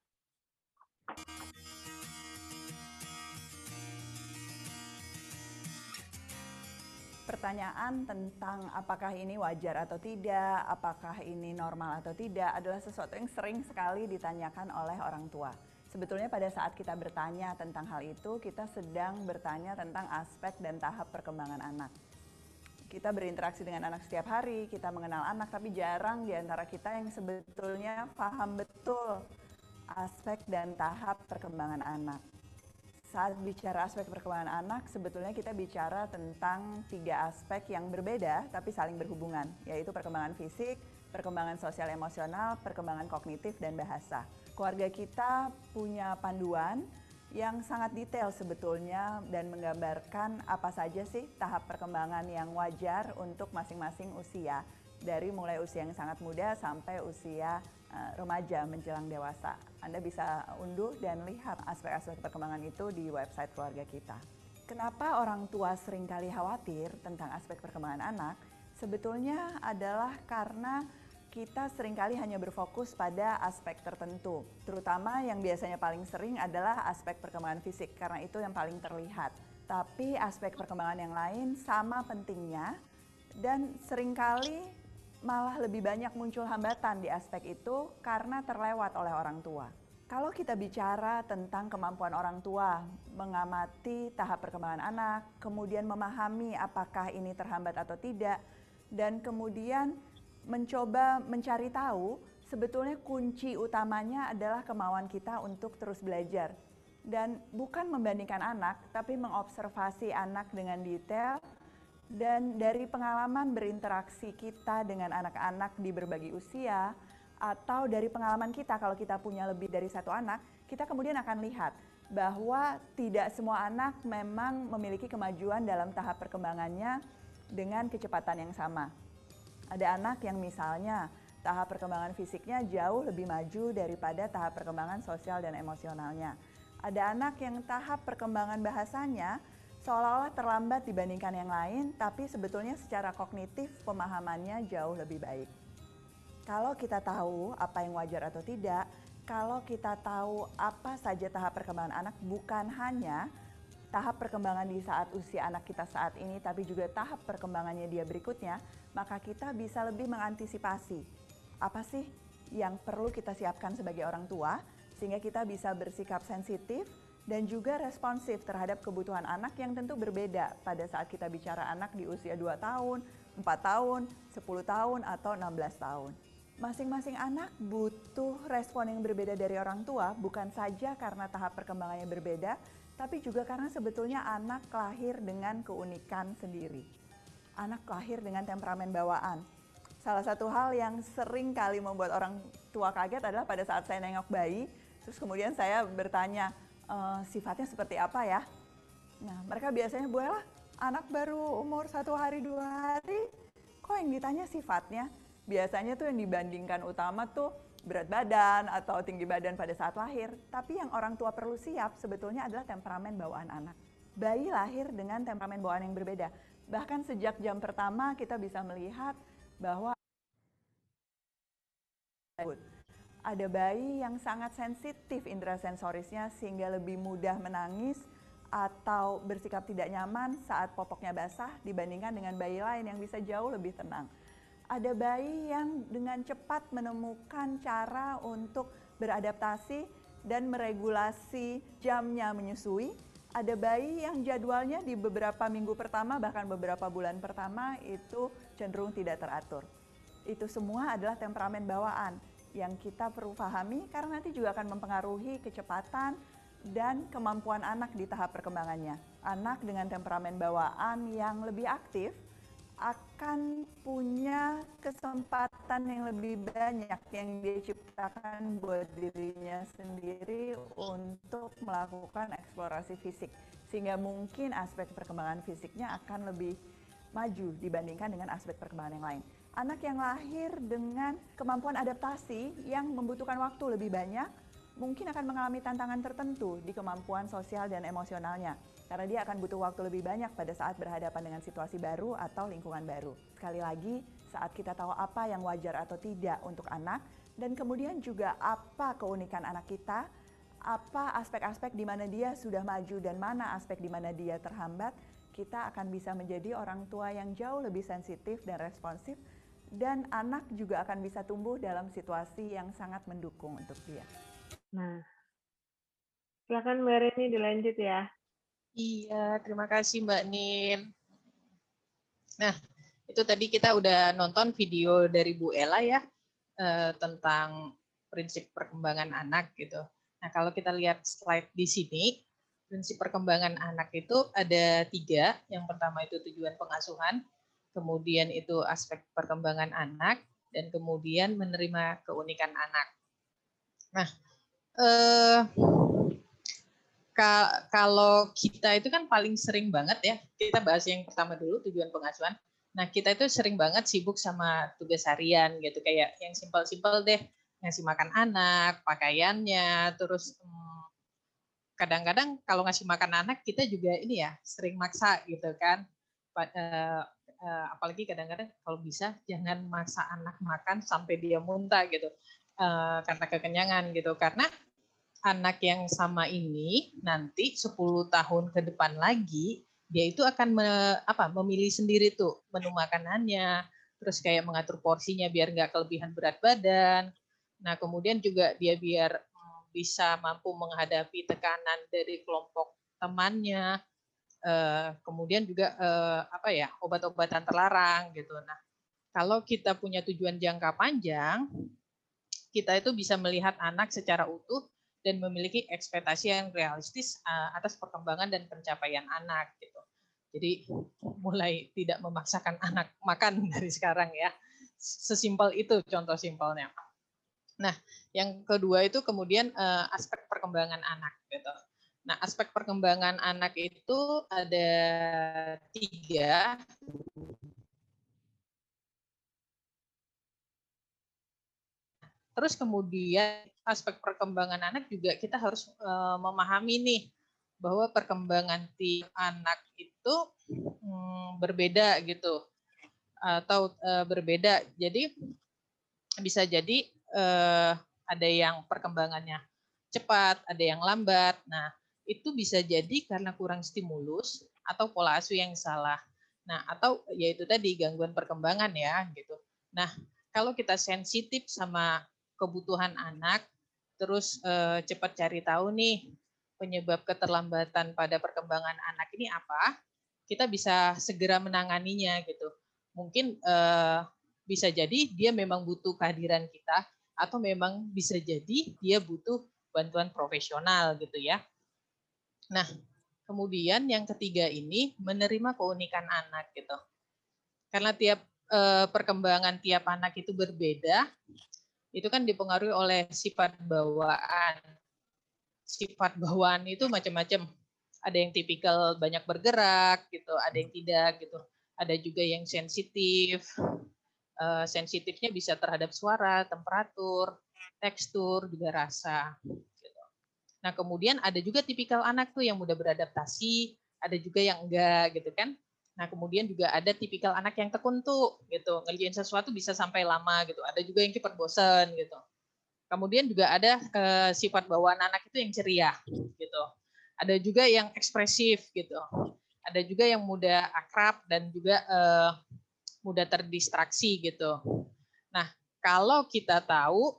Pertanyaan tentang apakah ini wajar atau tidak, apakah ini normal atau tidak adalah sesuatu yang sering sekali ditanyakan oleh orang tua. Sebetulnya pada saat kita bertanya tentang hal itu, kita sedang bertanya tentang aspek dan tahap perkembangan anak. Kita berinteraksi dengan anak setiap hari, kita mengenal anak, tapi jarang di antara kita yang sebetulnya paham betul aspek dan tahap perkembangan anak. Saat bicara aspek perkembangan anak, sebetulnya kita bicara tentang 3 aspek yang berbeda tapi saling berhubungan, yaitu perkembangan fisik, perkembangan sosial emosional, perkembangan kognitif, dan bahasa. Keluarga kita punya panduan yang sangat detail sebetulnya dan menggambarkan apa saja sih tahap perkembangan yang wajar untuk masing-masing usia, dari mulai usia yang sangat muda sampai usia remaja menjelang dewasa. Anda bisa unduh dan lihat aspek-aspek perkembangan itu di website keluarga kita. Kenapa orang tua seringkali khawatir tentang aspek perkembangan anak? Sebetulnya adalah karena kita seringkali hanya berfokus pada aspek tertentu, terutama yang biasanya paling sering adalah aspek perkembangan fisik, karena itu yang paling terlihat. Tapi aspek perkembangan yang lain sama pentingnya dan seringkali malah lebih banyak muncul hambatan di aspek itu karena terlewat oleh orang tua. Kalau kita bicara tentang kemampuan orang tua mengamati tahap perkembangan anak, kemudian memahami apakah ini terhambat atau tidak, dan kemudian mencoba mencari tahu, sebetulnya kunci utamanya adalah kemauan kita untuk terus belajar. Dan bukan membandingkan anak, tapi mengobservasi anak dengan detail. Dan dari pengalaman berinteraksi kita dengan anak-anak di berbagai usia, atau dari pengalaman kita, kalau kita punya lebih dari satu anak, kita kemudian akan lihat bahwa tidak semua anak memang memiliki kemajuan dalam tahap perkembangannya dengan kecepatan yang sama. Ada anak yang misalnya tahap perkembangan fisiknya jauh lebih maju daripada tahap perkembangan sosial dan emosionalnya. Ada anak yang tahap perkembangan bahasanya seolah-olah terlambat dibandingkan yang lain, tapi sebetulnya secara kognitif pemahamannya jauh lebih baik. Kalau kita tahu apa yang wajar atau tidak, kalau kita tahu apa saja tahap perkembangan anak, bukan hanya tahap perkembangan di saat usia anak kita saat ini, tapi juga tahap perkembangannya dia berikutnya, maka kita bisa lebih mengantisipasi apa sih yang perlu kita siapkan sebagai orang tua, sehingga kita bisa bersikap sensitif dan juga responsif terhadap kebutuhan anak yang tentu berbeda pada saat kita bicara anak di usia 2 tahun, 4 tahun, 10 tahun, atau 16 tahun. Masing-masing anak butuh respon yang berbeda dari orang tua, bukan saja karena tahap perkembangannya berbeda, tapi juga karena sebetulnya anak lahir dengan keunikan sendiri. Anak lahir dengan temperamen bawaan. Salah satu hal yang sering kali membuat orang tua kaget adalah pada saat saya nengok bayi, terus kemudian saya bertanya, sifatnya seperti apa ya? Nah, mereka biasanya, Bu Ella, anak baru umur 1 hari 2 hari, kok yang ditanya sifatnya? Biasanya tuh yang dibandingkan utama tuh berat badan atau tinggi badan pada saat lahir. Tapi yang orang tua perlu siap sebetulnya adalah temperamen bawaan anak. Bayi lahir dengan temperamen bawaan yang berbeda. Bahkan sejak jam pertama kita bisa melihat bahwa ada bayi yang sangat sensitif indera sensorisnya sehingga lebih mudah menangis atau bersikap tidak nyaman saat popoknya basah dibandingkan dengan bayi lain yang bisa jauh lebih tenang. Ada bayi yang dengan cepat menemukan cara untuk beradaptasi dan meregulasi jamnya menyusui. Ada bayi yang jadwalnya di beberapa minggu pertama bahkan beberapa bulan pertama itu cenderung tidak teratur. Itu semua adalah temperamen bawaan yang kita perlu pahami karena nanti juga akan mempengaruhi kecepatan dan kemampuan anak di tahap perkembangannya. Anak dengan temperamen bawaan yang lebih aktif akan punya kesempatan yang lebih banyak yang dia ciptakan buat dirinya sendiri untuk melakukan eksplorasi fisik. Sehingga mungkin aspek perkembangan fisiknya akan lebih maju dibandingkan dengan aspek perkembangan yang lain. Anak yang lahir dengan kemampuan adaptasi yang membutuhkan waktu lebih banyak, mungkin akan mengalami tantangan tertentu di kemampuan sosial dan emosionalnya. Karena dia akan butuh waktu lebih banyak pada saat berhadapan dengan situasi baru atau lingkungan baru. Sekali lagi, saat kita tahu apa yang wajar atau tidak untuk anak, dan kemudian juga apa keunikan anak kita, apa aspek-aspek di mana dia sudah maju dan mana aspek di mana dia terhambat, kita akan bisa menjadi orang tua yang jauh lebih sensitif dan responsif, dan anak juga akan bisa tumbuh dalam situasi yang sangat mendukung untuk dia. Nah, silakan Mbak Reni dilanjut ya. Iya, terima kasih Mbak Nin. Nah, itu tadi kita udah nonton video dari Bu Ella ya, tentang prinsip perkembangan anak gitu. Nah, kalau kita lihat slide di sini, prinsip perkembangan anak itu ada 3. Yang pertama itu tujuan pengasuhan, kemudian itu aspek perkembangan anak, dan kemudian menerima keunikan anak. Nah, kalau kita itu kan paling sering banget ya, kita bahas yang pertama dulu, tujuan pengasuhan. Nah, kita itu sering banget sibuk sama tugas harian gitu, kayak yang simpel-simpel deh, ngasih makan anak, pakaiannya, terus kadang-kadang kalau ngasih makan anak kita juga ini ya, sering maksa gitu kan. Apalagi kadang-kadang kalau bisa jangan maksa anak makan sampai dia muntah gitu, karena kekenyangan gitu, karena anak yang sama ini nanti 10 tahun ke depan lagi dia itu akan memilih sendiri tuh menu makanannya, terus kayak mengatur porsinya biar nggak kelebihan berat badan. Nah, kemudian juga dia biar bisa mampu menghadapi tekanan dari kelompok temannya, kemudian juga obat-obatan terlarang gitu. Nah, kalau kita punya tujuan jangka panjang, kita itu bisa melihat anak secara utuh dan memiliki ekspektasi yang realistis atas perkembangan dan pencapaian anak gitu. Jadi mulai tidak memaksakan anak makan dari sekarang ya. Sesimpel itu contoh simpelnya. Nah, yang kedua itu kemudian aspek perkembangan anak gitu. Nah, aspek perkembangan anak itu ada 3. Terus kemudian aspek perkembangan anak juga kita harus memahami nih bahwa perkembangan tiap anak itu berbeda gitu atau berbeda. Jadi bisa jadi ada yang perkembangannya cepat, ada yang lambat. Nah, itu bisa jadi karena kurang stimulus atau pola asuh yang salah. Nah, atau yaitu tadi gangguan perkembangan ya gitu. Nah, kalau kita sensitif sama kebutuhan anak, terus cepat cari tahu nih penyebab keterlambatan pada perkembangan anak ini apa, kita bisa segera menanganinya gitu. Mungkin bisa jadi dia memang butuh kehadiran kita, atau memang bisa jadi dia butuh bantuan profesional gitu ya. Nah, kemudian yang ketiga ini menerima keunikan anak gitu. Karena tiap perkembangan tiap anak itu berbeda, itu kan dipengaruhi oleh sifat bawaan. Sifat bawaan itu macam-macam. Ada yang tipikal banyak bergerak gitu, ada yang tidak gitu. Ada juga yang sensitif. Sensitifnya bisa terhadap suara, temperatur, tekstur, juga rasa. Gitu. Nah, kemudian ada juga tipikal anak tuh yang mudah beradaptasi, ada juga yang enggak gitu kan. Nah, kemudian juga ada tipikal anak yang tekun tuh gitu, ngerjain sesuatu bisa sampai lama gitu. Ada juga yang cepat bosan gitu. Kemudian juga ada sifat bawaan anak itu yang ceria gitu. Ada juga yang ekspresif gitu. Ada juga yang mudah akrab dan juga mudah terdistraksi gitu. Nah, kalau kita tahu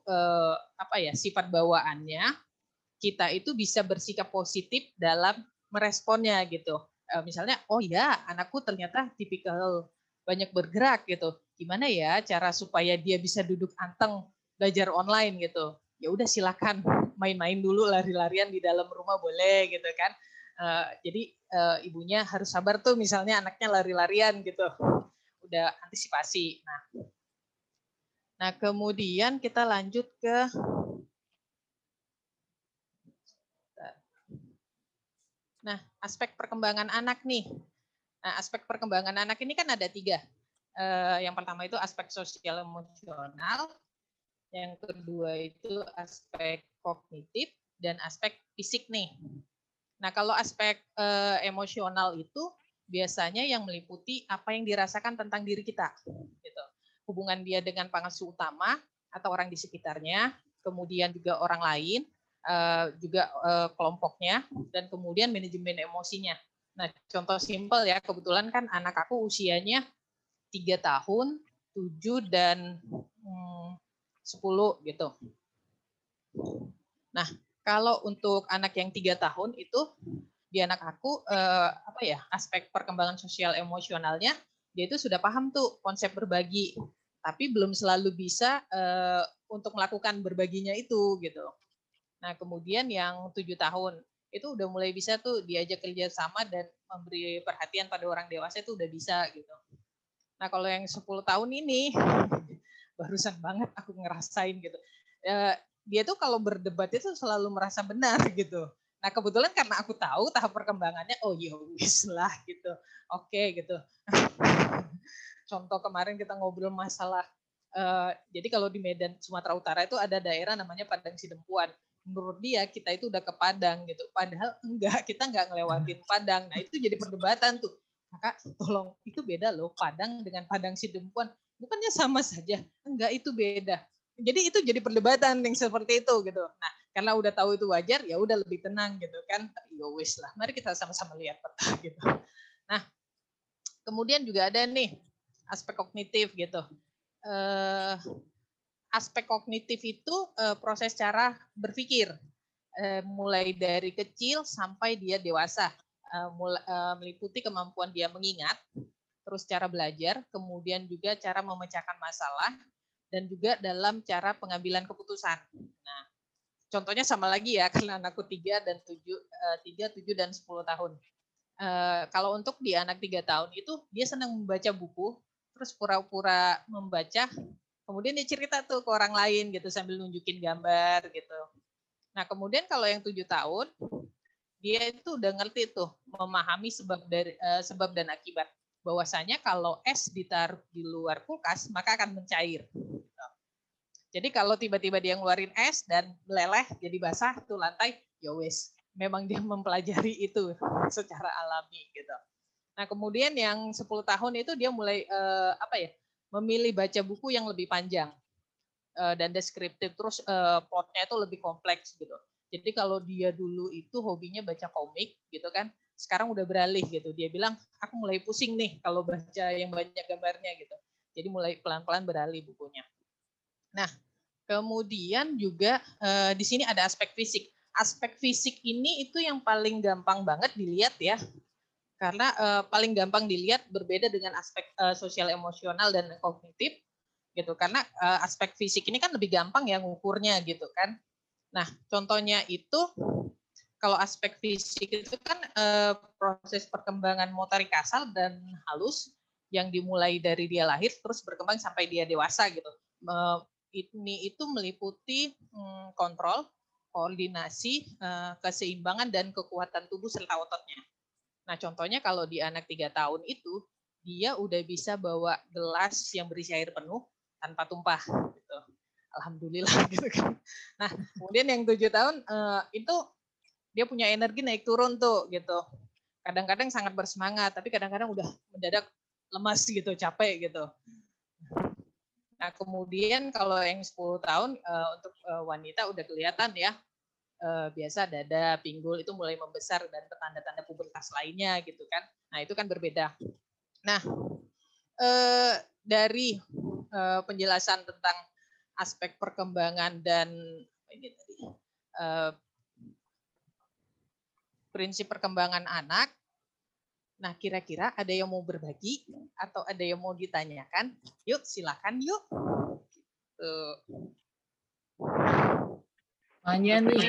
sifat bawaannya, kita itu bisa bersikap positif dalam meresponnya gitu. Misalnya, oh ya, anakku ternyata tipikal banyak bergerak gitu. Gimana ya cara supaya dia bisa duduk anteng belajar online gitu? Ya udah silakan main-main dulu, lari-larian di dalam rumah boleh gitu kan. Jadi ibunya harus sabar tuh, misalnya anaknya lari-larian gitu. Udah antisipasi. Nah, kemudian kita lanjut ke aspek perkembangan anak nih. Nah, aspek perkembangan anak ini kan ada 3. Yang pertama itu aspek sosial emosional, yang kedua itu aspek kognitif, dan aspek fisik nih. Nah, kalau aspek emosional itu biasanya yang meliputi apa yang dirasakan tentang diri kita, gitu. Hubungan dia dengan pengasuh utama atau orang di sekitarnya, kemudian juga orang lain, juga kelompoknya, dan kemudian manajemen emosinya. Nah, contoh simpel ya, kebetulan kan anak aku usianya 3 tahun, 7 dan 10 gitu. Nah, kalau untuk anak yang 3 tahun itu di anak aku aspek perkembangan sosial emosionalnya dia itu sudah paham tuh konsep berbagi, tapi belum selalu bisa untuk melakukan berbaginya itu gitu. Nah, kemudian yang 7 tahun itu udah mulai bisa tuh diajak kerja sama dan memberi perhatian pada orang dewasa itu udah bisa gitu. Nah, kalau yang 10 tahun ini barusan banget aku ngerasain gitu. Dia tuh kalau berdebat itu selalu merasa benar gitu. Nah, kebetulan karena aku tahu tahap perkembangannya, oh ya wis lah gitu. Oke gitu. Contoh kemarin kita ngobrol masalah jadi kalau di Medan Sumatera Utara itu ada daerah namanya Padang Sidempuan. Menurut dia kita itu udah ke Padang gitu. Padahal enggak, kita enggak ngelewatin Padang. Nah, itu jadi perdebatan tuh. Kakak, tolong, itu beda loh Padang dengan Padang Sidempuan. Bukannya sama saja? Enggak, itu beda. Jadi itu jadi perdebatan yang seperti itu gitu. Nah, karena udah tahu itu wajar, ya udah lebih tenang gitu kan. Ya wis lah, mari kita sama-sama lihat peta gitu. Nah, kemudian juga ada nih aspek kognitif gitu. Aspek kognitif itu proses cara berpikir, mulai dari kecil sampai dia dewasa, meliputi kemampuan dia mengingat, terus cara belajar, kemudian juga cara memecahkan masalah, dan juga dalam cara pengambilan keputusan. Nah, contohnya sama lagi ya, karena anakku 3 dan 7 dan 10 tahun. Kalau untuk di anak 3 tahun itu dia senang membaca buku, terus pura-pura membaca, Kemudian dia cerita tuh ke orang lain gitu sambil nunjukin gambar gitu. Nah kemudian kalau yang 7 tahun, dia itu udah ngerti tuh memahami sebab dan akibat. Bahwasanya kalau es ditaruh di luar kulkas maka akan mencair. Jadi kalau tiba-tiba dia ngeluarin es dan meleleh jadi basah tuh lantai, ya wes, memang dia mempelajari itu secara alami gitu. Nah kemudian yang 10 tahun itu dia mulai memilih baca buku yang lebih panjang dan deskriptif, terus plotnya itu lebih kompleks gitu. Jadi kalau dia dulu itu hobinya baca komik gitu kan, sekarang udah beralih gitu. Dia bilang aku mulai pusing nih kalau baca yang banyak gambarnya gitu. Jadi mulai pelan-pelan beralih bukunya. Nah kemudian juga di sini ada aspek fisik. Aspek fisik ini itu yang paling gampang banget dilihat ya. Karena paling gampang dilihat berbeda dengan aspek sosial emosional dan kognitif gitu. Karena aspek fisik ini kan lebih gampang ya ngukurnya gitu kan. Nah, contohnya itu kalau aspek fisik itu kan proses perkembangan motorik kasar dan halus yang dimulai dari dia lahir terus berkembang sampai dia dewasa gitu. Ini itu meliputi kontrol, koordinasi, keseimbangan dan kekuatan tubuh serta ototnya. Nah, contohnya kalau di anak 3 tahun itu dia udah bisa bawa gelas yang berisi air penuh tanpa tumpah gitu. Alhamdulillah gitu kan. Nah, kemudian yang 7 tahun itu dia punya energi naik turun tuh gitu. Kadang-kadang sangat bersemangat, tapi kadang-kadang udah mendadak lemas gitu, capek gitu. Nah, kemudian kalau yang 10 tahun untuk wanita udah kelihatan ya, biasa dada, pinggul itu mulai membesar dan tanda-tanda pubertas lainnya gitu kan. Nah, itu kan berbeda. Nah, dari penjelasan tentang aspek perkembangan dan ini tadi prinsip perkembangan anak. Nah, kira-kira ada yang mau berbagi atau ada yang mau ditanyakan? Yuk, silakan yuk. Tuh. Tanya nih.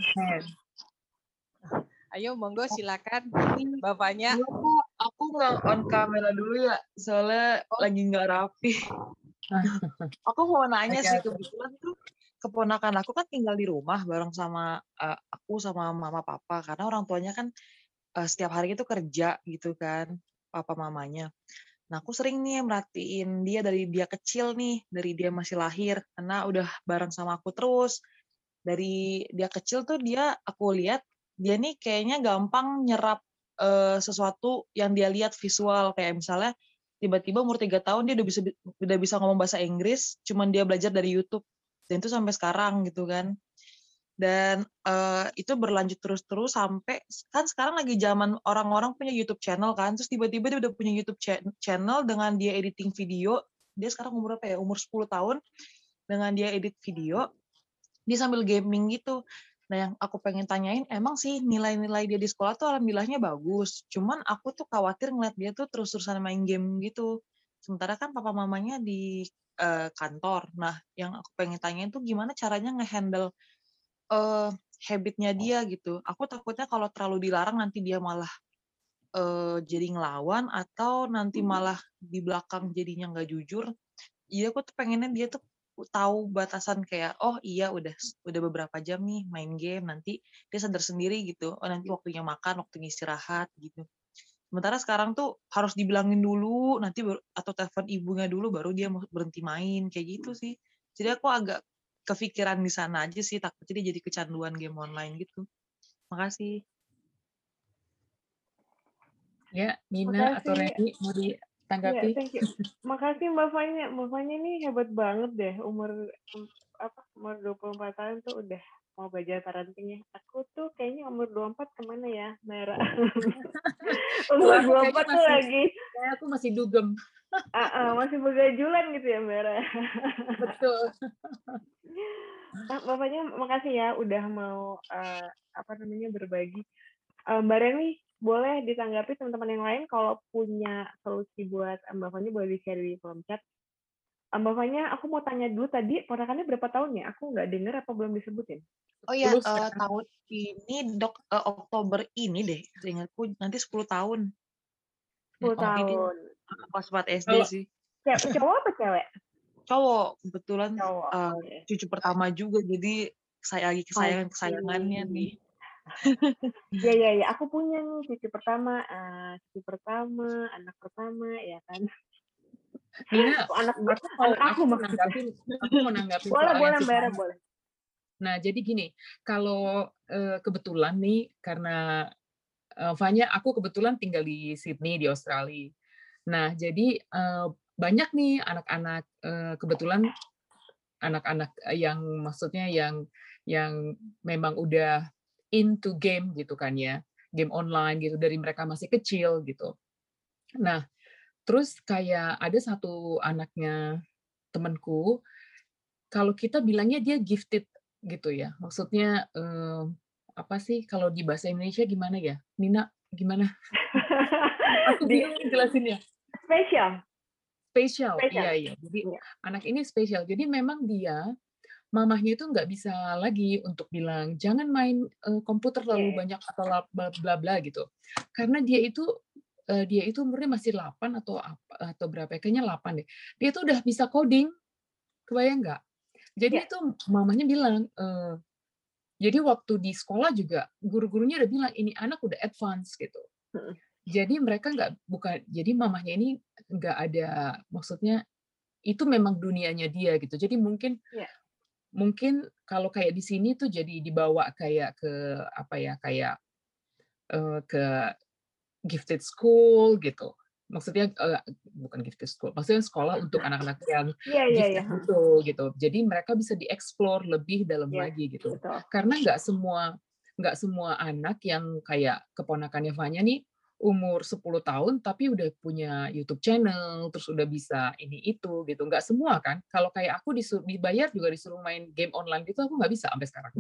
Ayo, monggo silakan Bapaknya. Iya, Kak. Aku nggak on kamera dulu ya, soalnya lagi nggak rapi. Aku mau nanya sih, kebetulan tuh keponakan aku kan tinggal di rumah bareng sama aku sama mama papa, karena orang tuanya kan setiap hari itu kerja gitu kan, papa mamanya. Nah aku sering nih merhatiin dia dari dia kecil nih, dari dia masih lahir, karena udah bareng sama aku terus. Dari dia kecil tuh aku lihat dia nih kayaknya gampang nyerap sesuatu yang dia lihat visual, kayak misalnya tiba-tiba umur 3 tahun dia udah bisa ngomong bahasa Inggris, cuman dia belajar dari YouTube, dan itu sampai sekarang gitu kan. Dan itu berlanjut terus sampai kan sekarang lagi zaman orang-orang punya YouTube channel kan, terus tiba-tiba dia udah punya YouTube channel dengan dia editing video. Dia sekarang umur berapa ya? Umur 10 tahun, dengan dia edit video, dia sambil gaming gitu. Nah, yang aku pengen tanyain, emang sih nilai-nilai dia di sekolah tuh alhamdulillahnya bagus. Cuman aku tuh khawatir ngeliat dia tuh terus-terusan main game gitu. Sementara kan papa mamanya di kantor. Nah, yang aku pengen tanyain tuh gimana caranya ngehandle habitnya dia gitu. Aku takutnya kalau terlalu dilarang nanti dia malah jadi ngelawan, atau nanti malah di belakang jadinya nggak jujur. Jadi aku tuh pengennya dia tuh tahu batasan, kayak oh iya udah beberapa jam nih main game, nanti dia sadar sendiri gitu, oh nanti waktunya makan, waktunya istirahat gitu. Sementara sekarang tuh harus dibilangin dulu nanti atau telepon ibunya dulu baru dia berhenti main, kayak gitu sih. Jadi aku agak kepikiran di sana aja sih, takutnya dia jadi kecanduan game online gitu. Makasih. Ya, Nina atau Reni mau ditanggapi? Ya, thank you. Makasih Mbak Fanya. Mbak Fanya ini hebat banget deh. Umur 24 tahun tuh udah mau belajar parenting ya. Aku tuh kayaknya umur 24 kemana ya, Mera? Umur 24 tuh lagi. Aku masih dugem. Masih begajulan gitu ya, Mera. Betul. Bapaknya makasih ya udah mau berbagi. Mbak Reni, boleh ditanggapi teman-teman yang lain kalau punya solusi buat Mbak Fanya boleh di-share di kolom chat. Mbak Fanya, aku mau tanya dulu tadi ponakannya berapa tahun ya? Aku nggak dengar apa belum disebutin? Oh iya, tahun ini Oktober ini deh, seingatku nanti 10 tahun. 10 tahun. Kelas 4 SD sih. Cowok apa cewek? Cowok, kebetulan Cowok. Oke. cucu pertama juga, jadi saya lagi kesayangannya Oke. nih. Ya. Aku punya nih cucu pertama, anak pertama, ya kan. Nina, Anak aku aku mau maksudnya. nanggapin soal Boleh yang si Mbak Era, Fanya. boleh. Nah, jadi gini, kalau kebetulan nih, karena Fanya, aku kebetulan tinggal di Sydney, di Australia. Nah, jadi banyak nih anak-anak, kebetulan anak-anak yang maksudnya yang memang udah into game gitu kan ya, game online gitu, dari mereka masih kecil gitu. Nah, terus kayak ada satu anaknya temenku, kalau kita bilangnya dia gifted gitu ya, maksudnya, apa sih kalau di bahasa Indonesia gimana ya? Nina, gimana? Aku Di bingung jelasinnya. spesial. Spesial, iya. Jadi Iya. anak ini spesial. Jadi memang mamahnya itu nggak bisa lagi untuk bilang, "Jangan main, komputer terlalu Iya. banyak," atau bla bla bla gitu. Karena dia itu umurnya masih 8 atau berapa ya, kayaknya 8 deh. Dia tuh udah bisa coding, kebayang nggak? Jadi Iya. itu mamahnya bilang, jadi waktu di sekolah juga guru-gurunya udah bilang, "Ini anak udah advance," gitu. Mhm. Jadi jadi mamahnya ini nggak ada, maksudnya itu memang dunianya dia gitu. Jadi mungkin Iya. mungkin kalau kayak di sini tuh jadi dibawa kayak ke apa ya, kayak, ke gifted school gitu. Maksudnya, bukan gifted school, maksudnya sekolah untuk anak-anak yang Iya. gifted gitu. Jadi mereka bisa di-explore lebih dalam Yes, lagi gitu. betul. Karena nggak semua anak yang kayak keponakannya Fanya nih, umur 10 tahun tapi udah punya YouTube channel, terus udah bisa ini itu gitu, nggak semua kan. Kalau kayak aku dibayar juga disuruh main game online gitu, aku nggak bisa sampai sekarang.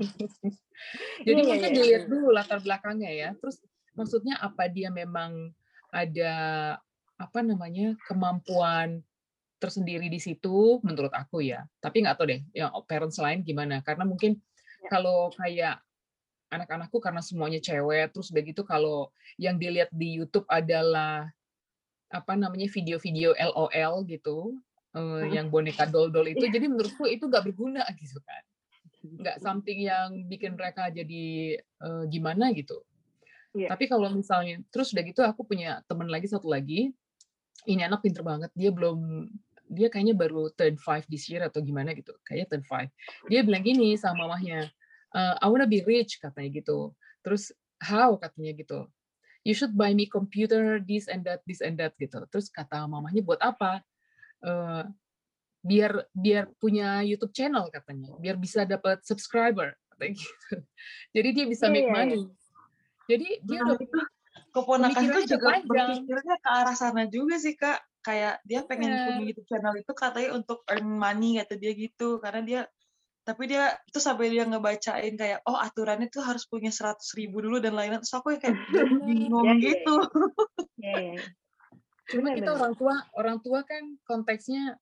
Jadi mungkin Iya. dilihat dulu latar belakangnya ya, terus maksudnya apa dia memang ada, apa namanya, kemampuan tersendiri di situ menurut aku ya. Tapi nggak tahu deh yang parents lain gimana, karena mungkin Ya. kalau kayak anak-anakku karena semuanya cewek, terus udah gitu kalau yang dilihat di YouTube adalah, apa namanya, video-video LOL gitu, yang boneka doll-doll itu, Iya. jadi menurutku itu nggak berguna gitu kan. Nggak something yang bikin mereka jadi, gimana gitu. Iya. Tapi kalau misalnya terus udah gitu aku punya temen lagi, satu lagi, ini anak pinter banget, dia kayaknya baru turn 5 this year atau gimana gitu, kayaknya turn 5. Dia bilang gini sama mamahnya, "I wanna be rich," katanya gitu. Terus, "How?" katanya gitu. "You should buy me computer, this and that," gitu. Terus kata mamahnya, "Buat apa?" Eee, "Biar punya YouTube channel," katanya, "biar bisa dapat subscriber," katanya gitu. Jadi dia bisa make Iya. money. Jadi dia Nah, udah itu keponakanku pemikirannya udah juga panjang. berpikirnya ke arah sana juga sih, Kak. Kayak dia pengen punya Bener. YouTube channel itu katanya untuk earn money, kata dia gitu. Karena tapi dia itu sampai dia ngebacain kayak, oh aturannya tuh harus punya 100.000 dulu dan lain-lain. Terus aku kayak bingung Iya. gitu. Iya. Cuma kita orang tua kan konteksnya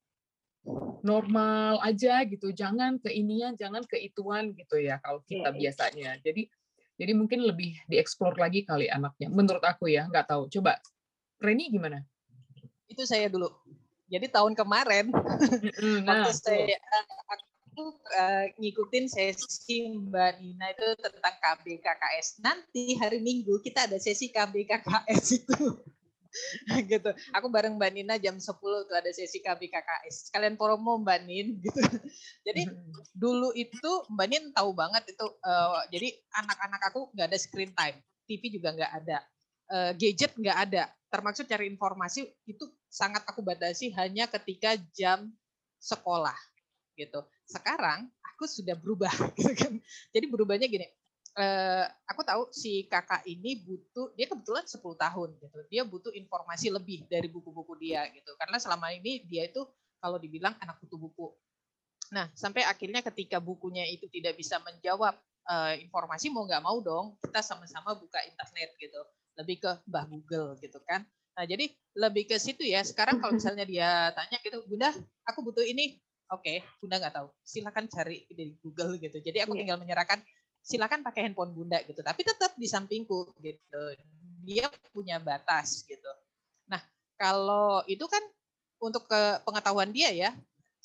normal aja gitu, jangan ke inian, jangan ke ituan gitu ya kalau kita Iya. biasanya. Jadi mungkin lebih dieksplor lagi kali anaknya, menurut aku ya, nggak tahu. Coba Reni gimana? Itu saya dulu. Jadi tahun kemarin waktu aku ngikutin sesi Mbak Nina itu tentang KB KKS. Nanti hari Minggu kita ada sesi KB KKS itu. Gitu. Aku bareng Mbak Nina jam 10 tuh ada sesi KB KKS. Sekalian promo Mbak Nin gitu. Jadi dulu itu Mbak Nin tahu banget itu jadi anak-anak aku nggak ada screen time. TV juga nggak ada. Gadget nggak ada. Termasuk cari informasi itu sangat aku batasi hanya ketika jam sekolah gitu. Sekarang aku sudah berubah gitu kan. Jadi berubahnya gini. Aku tahu si kakak ini dia kebetulan 10 tahun gitu. Dia butuh informasi lebih dari buku-buku dia gitu. Karena selama ini dia itu kalau dibilang anak kutu buku. Nah, sampai akhirnya ketika bukunya itu tidak bisa menjawab informasi, mau nggak mau dong kita sama-sama buka internet gitu. Lebih ke Mbah Google gitu kan. Nah, jadi lebih ke situ ya. Sekarang kalau misalnya dia tanya gitu, Bunda, aku butuh ini. Oke, Bunda nggak tahu. Silakan cari di Google gitu. Jadi aku tinggal menyerahkan silakan pakai handphone Bunda gitu. Tapi tetap di sampingku gitu. Dia punya batas gitu. Nah, kalau itu kan untuk pengetahuan dia ya.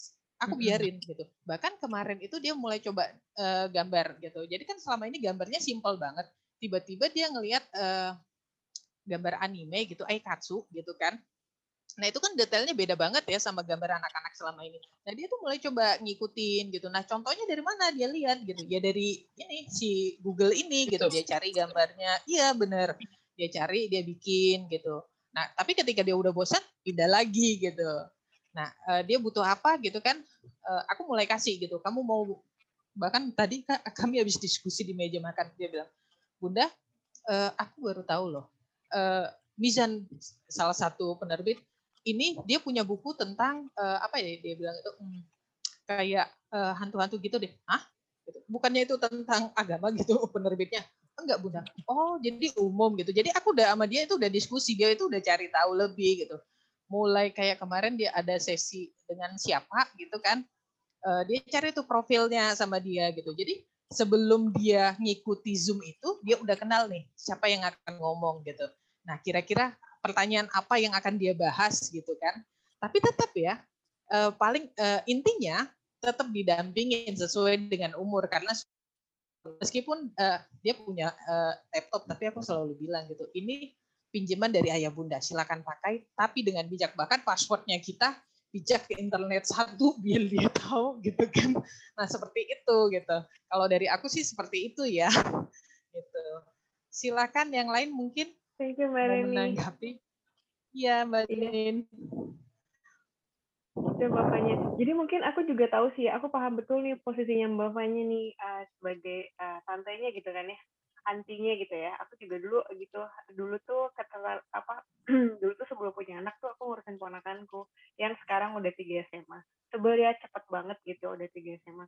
aku biarin gitu. Bahkan kemarin itu dia mulai coba gambar gitu. Jadi kan selama ini gambarnya simple banget. Tiba-tiba dia ngelihat gambar anime gitu, aikatsu gitu kan. Nah itu kan detailnya beda banget ya sama gambar anak-anak selama ini. Nah dia tuh mulai coba ngikutin gitu. Nah contohnya dari mana dia lihat gitu? Ya dari ini si Google ini gitu. Dia cari gambarnya. Iya bener. Dia cari, dia bikin gitu. Nah tapi ketika dia udah bosan, pindah lagi gitu. Nah dia butuh apa gitu kan? Aku mulai kasih gitu. Kamu mau, bahkan tadi kami habis diskusi di meja makan. Dia bilang, Bunda, aku baru tahu loh. Mizan, salah satu penerbit, ini dia punya buku tentang apa ya dia bilang itu kayak hantu-hantu gitu deh. Hah? Bukannya itu tentang agama gitu penerbitnya? Enggak Bunda. Oh jadi umum gitu. Jadi aku udah sama dia itu udah diskusi, dia itu udah cari tahu lebih gitu. Mulai kayak kemarin dia ada sesi dengan siapa gitu kan. Dia cari tuh profilnya sama dia gitu. Jadi sebelum dia ngikuti Zoom itu, dia udah kenal nih siapa yang akan ngomong gitu. Nah kira-kira pertanyaan apa yang akan dia bahas gitu kan. Tapi tetap ya, paling intinya tetap didampingin sesuai dengan umur. Karena meskipun dia punya laptop, tapi aku selalu bilang gitu, ini pinjaman dari ayah bunda, silakan pakai, tapi dengan bijak. Bahkan passwordnya kita bijak ke internet satu biar dia tahu gitu kan. Nah seperti itu gitu. Kalau dari aku sih seperti itu ya. Gitu. Silakan yang lain mungkin Thank you, Mbak mau Reni. menanggapi. Iya Mbak Nin. Itu Bapaknya. Jadi mungkin aku juga tahu sih, aku paham betul nih posisinya Bapaknya nih sebagai tantenya gitu kan ya, antinya gitu ya. Aku juga dulu gitu, dulu tuh dulu tuh sebelum punya anak tuh aku ngurusin ponakanku yang sekarang udah 3 SMA. Sebel ya, cepet banget gitu udah 3 SMA.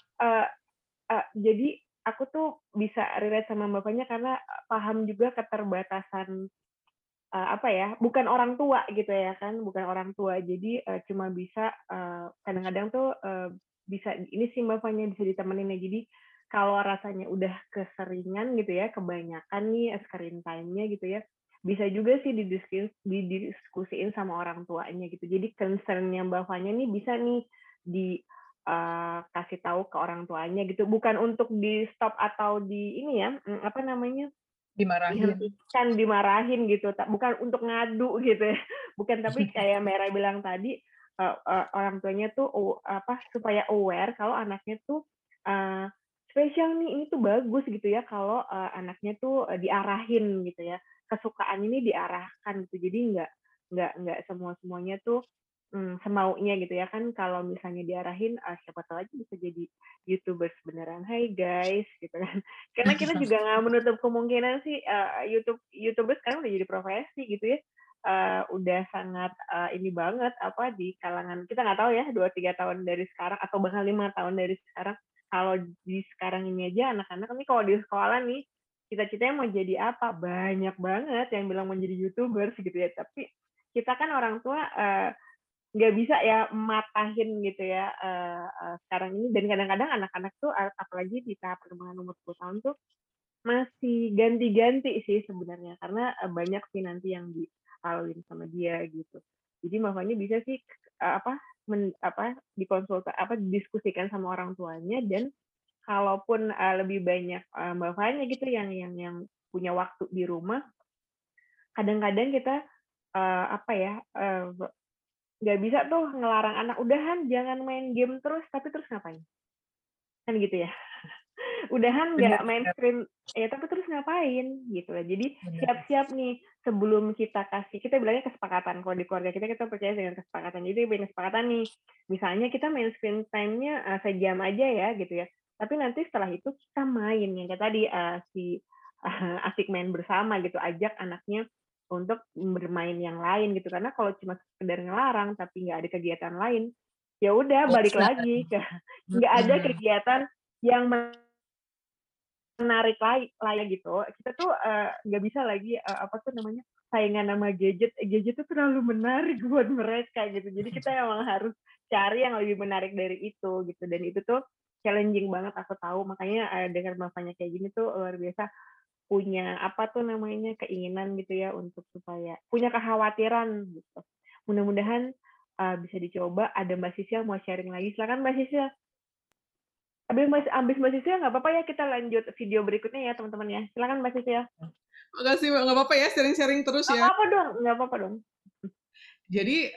Jadi aku tuh bisa relate sama Bapaknya karena paham juga keterbatasan bukan orang tua gitu ya kan, bukan orang tua. Jadi cuma bisa kadang-kadang tuh bisa ini sih Bapaknya bisa ditemenin ya. Jadi kalau rasanya udah keseringan gitu ya, kebanyakan nih screen time-nya gitu ya, bisa juga sih didiskusiin sama orang tuanya gitu. Jadi concern-nya Bapaknya nih bisa nih kasih tahu ke orang tuanya gitu, bukan untuk di stop atau di ini ya, dimarahin gitu, bukan untuk ngadu gitu ya, bukan, tapi kayak Mera bilang tadi orang tuanya tuh supaya aware kalau anaknya tuh spesial nih, ini tuh bagus gitu ya kalau anaknya tuh diarahin gitu ya, kesukaan ini diarahkan gitu, jadi nggak semuanya tuh semaunya gitu ya kan. Kalau misalnya diarahin siapa tahu aja bisa jadi YouTubers beneran, hai guys gitu kan. Karena kita juga nggak menutup kemungkinan sih YouTubers sekarang udah jadi profesi gitu ya. Udah sangat ini banget di kalangan, kita nggak tahu ya 2-3 tahun dari sekarang atau bahkan 5 tahun dari sekarang. Kalau di sekarang ini aja anak-anak nih kalau di sekolah nih cita-citanya mau jadi apa, banyak banget yang bilang mau jadi YouTubers gitu ya. Tapi kita kan orang tua nggak bisa ya matahin gitu ya sekarang ini. Dan kadang-kadang anak-anak tuh apalagi di tahap perkembangan umur 10 tahun tuh masih ganti-ganti sih sebenarnya, karena banyak sih nanti yang dialuin sama dia gitu. Jadi makanya bisa sih didiskusikan sama orang tuanya. Dan kalaupun lebih banyak bapaknya gitu yang punya waktu di rumah, kadang-kadang kita nggak bisa tuh ngelarang anak, udahan jangan main game terus, tapi terus ngapain? Kan gitu ya. Udahan nggak main screen, ya tapi terus ngapain gitu lah. Jadi siap-siap nih sebelum kita bilangnya kesepakatan. Kalau di keluarga kita percaya dengan kesepakatan. Jadi bikin kesepakatan nih, misalnya kita main screen time-nya sejam aja ya gitu ya. Tapi nanti setelah itu kita main yang kayak tadi asik main bersama gitu, ajak anaknya untuk bermain yang lain gitu. Karena kalau cuma sekedar ngelarang tapi nggak ada kegiatan lain, ya udah balik lagi ke nggak ada kegiatan yang menarik lain gitu. Kita tuh nggak bisa lagi saingan sama gadget itu terlalu menarik buat mereka gitu. Jadi kita emang harus cari yang lebih menarik dari itu gitu. Dan itu tuh challenging banget, aku tahu. Makanya dengar bapaknya kayak gini tuh luar biasa punya keinginan gitu ya, untuk supaya punya kekhawatiran gitu. Mudah-mudahan bisa dicoba. Ada Mbak Sisil mau sharing lagi. Silakan Mbak Sisil. Abis Mbak Sisil nggak apa-apa ya, kita lanjut video berikutnya ya teman-teman ya. Silakan Mbak Sisil. Makasih Mbak, nggak apa-apa ya, sharing-sharing terus Nggak ya. apa-apa dong. Jadi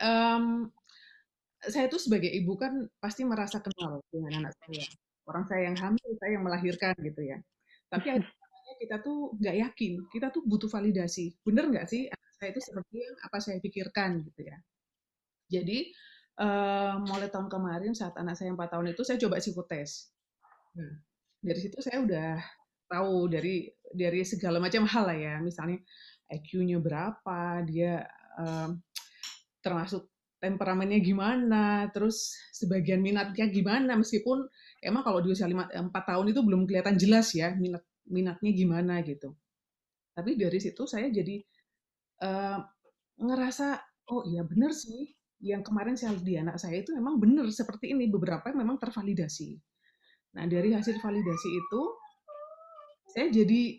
saya tuh sebagai ibu kan pasti merasa kenal dengan anak saya. Orang saya yang hamil, saya yang melahirkan gitu ya. Tapi kita tuh nggak yakin, kita tuh butuh validasi. Bener nggak sih anak saya itu seperti yang apa saya pikirkan gitu ya. Jadi mulai tahun kemarin saat anak saya 4 tahun itu saya coba psikotes. Nah, dari situ saya udah tahu dari segala macam hal lah ya. Misalnya IQ-nya berapa, dia termasuk temperamennya gimana, terus sebagian minatnya gimana, meskipun emang kalau di usia 4 tahun itu belum kelihatan jelas ya minatnya gimana gitu. Tapi dari situ saya jadi ngerasa, oh iya bener sih, yang kemarin saya lihat di anak saya itu memang bener seperti ini, beberapa memang tervalidasi. Nah dari hasil validasi itu, saya jadi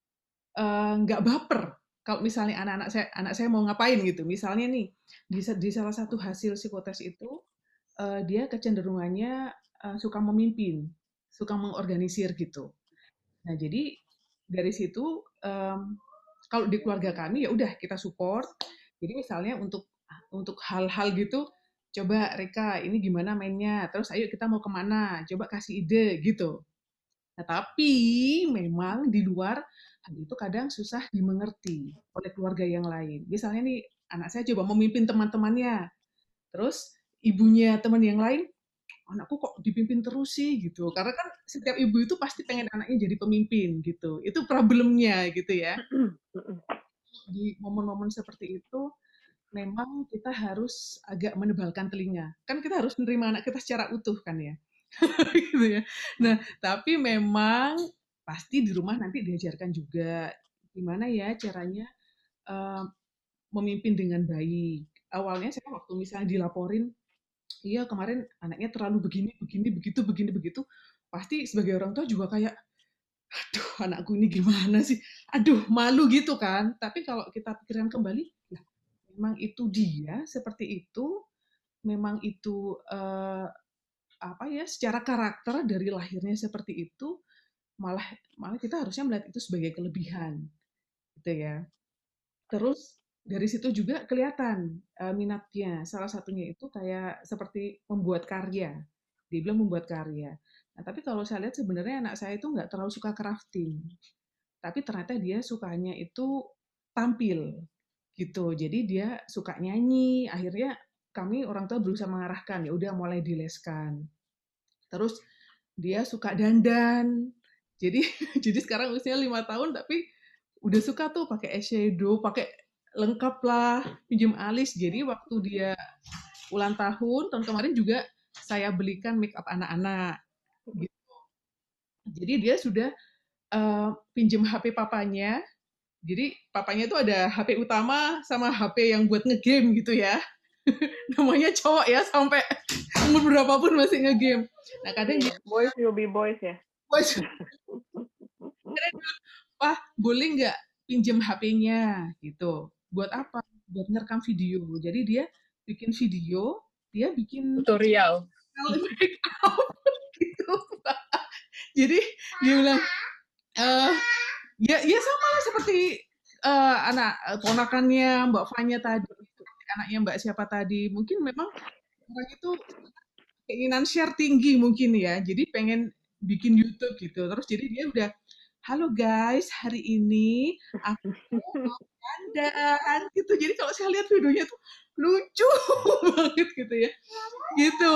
nggak baper kalau misalnya anak saya mau ngapain gitu. Misalnya nih di salah satu hasil psikotes itu dia kecenderungannya suka memimpin, suka mengorganisir gitu. Nah jadi dari situ kalau di keluarga kami ya udah kita support. Jadi misalnya untuk hal-hal gitu, coba Reka ini gimana mainnya, terus ayo kita mau kemana, coba kasih ide gitu. Nah, tapi memang di luar hal itu kadang susah dimengerti oleh keluarga yang lain. Misalnya nih, anak saya coba memimpin teman-temannya, terus ibunya teman yang lain, anakku kok dipimpin terus sih gitu. Karena kan setiap ibu itu pasti pengen anaknya jadi pemimpin gitu. Itu problemnya gitu ya. Di momen-momen seperti itu, memang kita harus agak menebalkan telinga. Kan kita harus menerima anak kita secara utuh kan ya. Gitu ya. Nah, tapi memang pasti di rumah nanti diajarkan juga gimana ya caranya memimpin dengan baik. Awalnya saya waktu misalnya dilaporin, iya kemarin anaknya terlalu begini, begitu, pasti sebagai orang tua juga kayak, aduh anakku ini gimana sih, aduh malu gitu kan. Tapi kalau kita pikirkan kembali, ya, memang itu dia seperti itu, memang itu apa ya, secara karakter dari lahirnya seperti itu, malah kita harusnya melihat itu sebagai kelebihan gitu ya. Terus dari situ juga kelihatan minatnya. Salah satunya itu kayak seperti membuat karya. Dia bilang membuat karya. Nah, tapi kalau saya lihat sebenarnya anak saya itu nggak terlalu suka crafting. Tapi ternyata dia sukanya itu tampil gitu. Jadi dia suka nyanyi. Akhirnya kami orang tua berusaha mengarahkan, ya udah mulai dileskan. Terus dia suka dandan. Jadi jadi sekarang usianya 5 tahun tapi udah suka tuh pakai eyeshadow, pakai lengkap lah, pinjam alis. Jadi waktu dia ulang tahun kemarin juga saya belikan make up anak-anak. Gitu. Jadi dia sudah pinjam HP papanya. Jadi papanya itu ada HP utama sama HP yang buat ngegame gitu ya. Namanya cowok ya, sampai umur berapapun masih ngegame. Nah kadang dia, boys will be boys ya. Wah, boleh nggak pinjem HP-nya gitu. Buat apa? Buat ngerekam video. Jadi dia bikin video, dia bikin tutorial make up gitu. Jadi dia bilang, ya sama lah seperti anak ponakannya Mbak Fanya tadi, anaknya Mbak siapa tadi. Mungkin memang orang itu keinginan share tinggi mungkin ya. Jadi pengen bikin YouTube gitu. Terus jadi dia udah, halo guys, hari ini aku mau dandan gitu. Jadi kalau saya lihat videonya tuh lucu banget gitu ya. Gitu.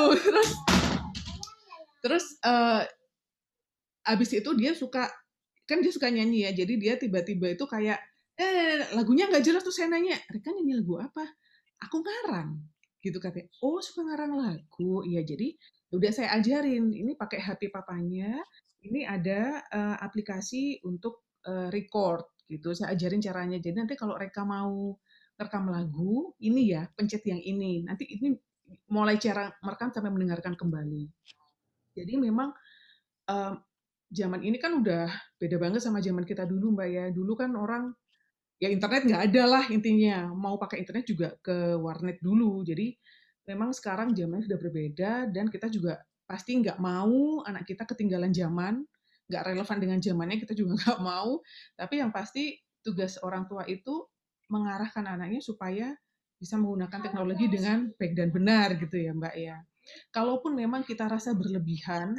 Terus abis itu dia suka, kan dia suka nyanyi ya. Jadi dia tiba-tiba itu kayak lagunya nggak jelas, tuh saya nanya, Rika nyanyi lagu apa? Aku ngarang gitu katanya. Oh suka ngarang lagu. Iya jadi udah saya ajarin. Ini pakai HP papanya. Ini ada aplikasi untuk record gitu. Saya ajarin caranya. Jadi nanti kalau Reka mau rekam lagu, ini ya pencet yang ini. Nanti ini mulai cara merekam sampai mendengarkan kembali. Jadi memang zaman ini kan udah beda banget sama zaman kita dulu Mbak ya. Dulu kan orang ya internet nggak ada lah intinya. Mau pakai internet juga ke warnet dulu. Jadi memang sekarang zamannya sudah berbeda dan kita juga pasti nggak mau anak kita ketinggalan zaman, nggak relevan dengan zamannya kita juga nggak mau. Tapi yang pasti tugas orang tua itu mengarahkan anaknya supaya bisa menggunakan teknologi dengan baik dan benar gitu ya Mbak ya. Kalaupun memang kita rasa berlebihan,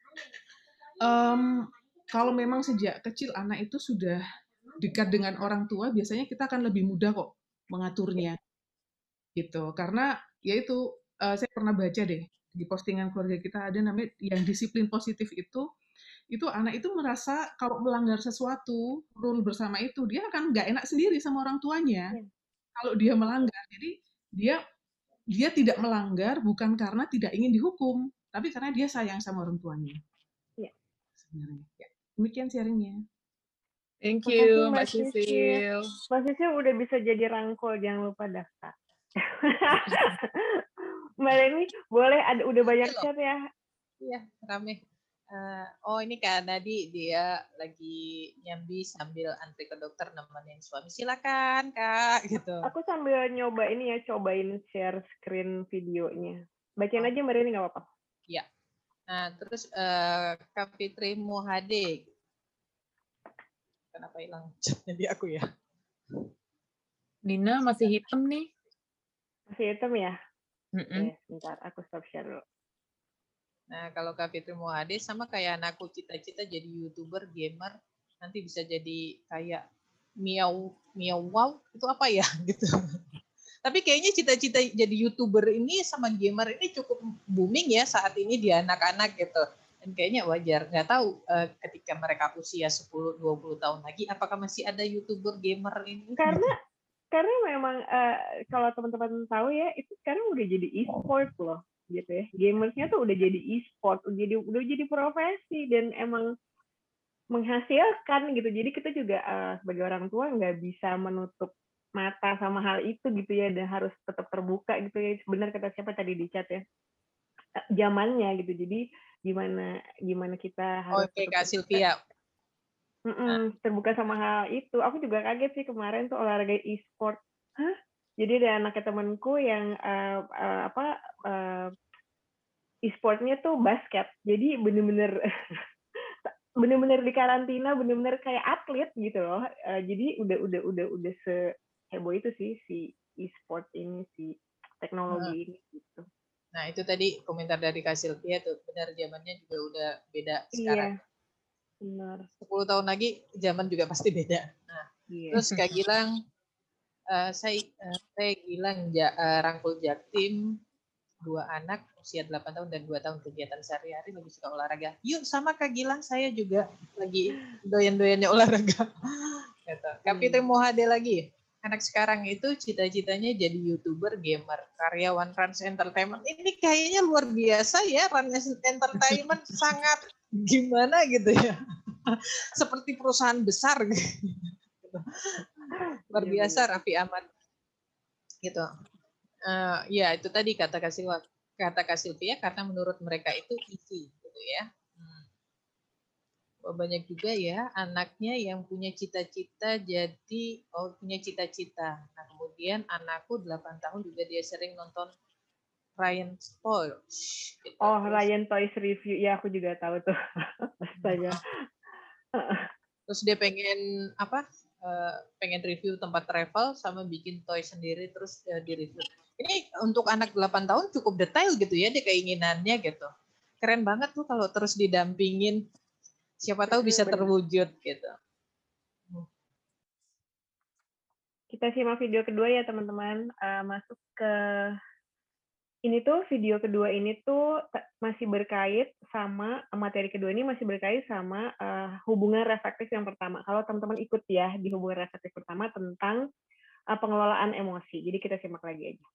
kalau memang sejak kecil anak itu sudah dekat dengan orang tua, biasanya kita akan lebih mudah kok mengaturnya gitu. Karena yaitu saya pernah baca deh di postingan keluarga kita ada namanya yang disiplin positif itu anak itu merasa kalau melanggar sesuatu rule bersama itu dia akan nggak enak sendiri sama orang tuanya kalau dia melanggar. Jadi dia tidak melanggar bukan karena tidak ingin dihukum, tapi karena dia sayang sama orang tuanya. Iya. Sebenarnya. Ya. Demikian sharingnya. Thank Makasih you, Mbak Mbak Sisil. Mbak Sisil udah bisa jadi rangkul, jangan lupa daftar. Mbak Leni, boleh udah banyak chat ya? Iya, rame. Oh ini Kak Nadi, dia lagi nyambi sambil antri ke dokter nemenin suami. Silakan Kak, gitu. Aku sambil nyoba ini ya, cobain share screen videonya. Bacain aja Mbak Leni nggak apa-apa. Iya. Nah terus Kak Fitri Muhade. Kenapa hilang chatnya di aku ya? Dina masih hitam nih. Masih hitam ya? Oke, sebentar, aku stop share dulu. Nah, kalau Kak Fitri Muhade sama kayak anakku cita-cita jadi YouTuber, gamer, nanti bisa jadi kayak Miau Wow, itu apa ya gitu. Tapi kayaknya cita-cita jadi YouTuber ini sama gamer ini cukup booming ya saat ini di anak-anak gitu. Dan kayaknya wajar. Nggak tahu ketika mereka usia 10-20 tahun lagi, apakah masih ada YouTuber gamer ini? Karena memang kalau teman-teman tahu ya, itu sekarang udah jadi e-sport loh. Gitu ya, gamersnya tuh udah jadi e-sport, udah jadi profesi dan emang menghasilkan gitu. Jadi kita juga sebagai orang tua nggak bisa menutup mata sama hal itu gitu ya, dan harus tetap terbuka gitu ya. Benar kata siapa tadi di chat ya, zamannya gitu. Jadi gimana kita harus Kak Sylvia. Terbuka sama hal itu. Aku juga kaget sih kemarin tuh olahraga e-sport. Hah? Jadi ada anaknya temanku yang e-sportnya tuh basket. Jadi bener-bener di karantina, bener-bener kayak atlet gitu loh. Jadi udah seheboh itu sih si e-sport ini, si teknologi ini gitu. Nah itu tadi komentar dari Kak Sylvia tuh, benar zamannya juga udah beda sekarang. Iya, benar. 10 tahun lagi zaman juga pasti beda. Nah, terus Kak Gilang, saya Gilang rangkul Jaktim, 2 anak usia 8 tahun dan 2 tahun kegiatan sehari-hari lebih suka olahraga. Yuk sama Kak Gilang, saya juga lagi doyan-doyannya olahraga. Gitu. Kak Fitri Muhade lagi. Anak sekarang itu cita-citanya jadi YouTuber, gamer, karyawan Rans Entertainment. Ini kayaknya luar biasa ya, Rans Entertainment sangat gimana gitu ya. Seperti perusahaan besar gitu. Luar biasa Raffi Ahmad. Gitu. Ya itu tadi kata Kak Sylvia karena menurut mereka itu easy gitu ya. Banyak juga ya anaknya yang punya cita-cita punya cita-cita. Nah kemudian anakku 8 tahun juga dia sering nonton Ryan Toys. Gitu. Ryan Toys review, ya aku juga tahu tuh. Astaga. Terus dia pengen pengen review tempat travel sama bikin toy sendiri terus di review. Ini untuk anak 8 tahun cukup detail gitu ya dia keinginannya gitu. Keren banget tuh kalau terus didampingin. Siapa tahu bisa terwujud gitu. Kita simak video kedua ya teman-teman. Masuk ke ini tuh video kedua ini tuh masih berkait sama materi kedua ini masih berkait sama hubungan reflektif yang pertama. Kalau teman-teman ikut ya di hubungan reflektif pertama tentang pengelolaan emosi. Jadi kita simak lagi aja.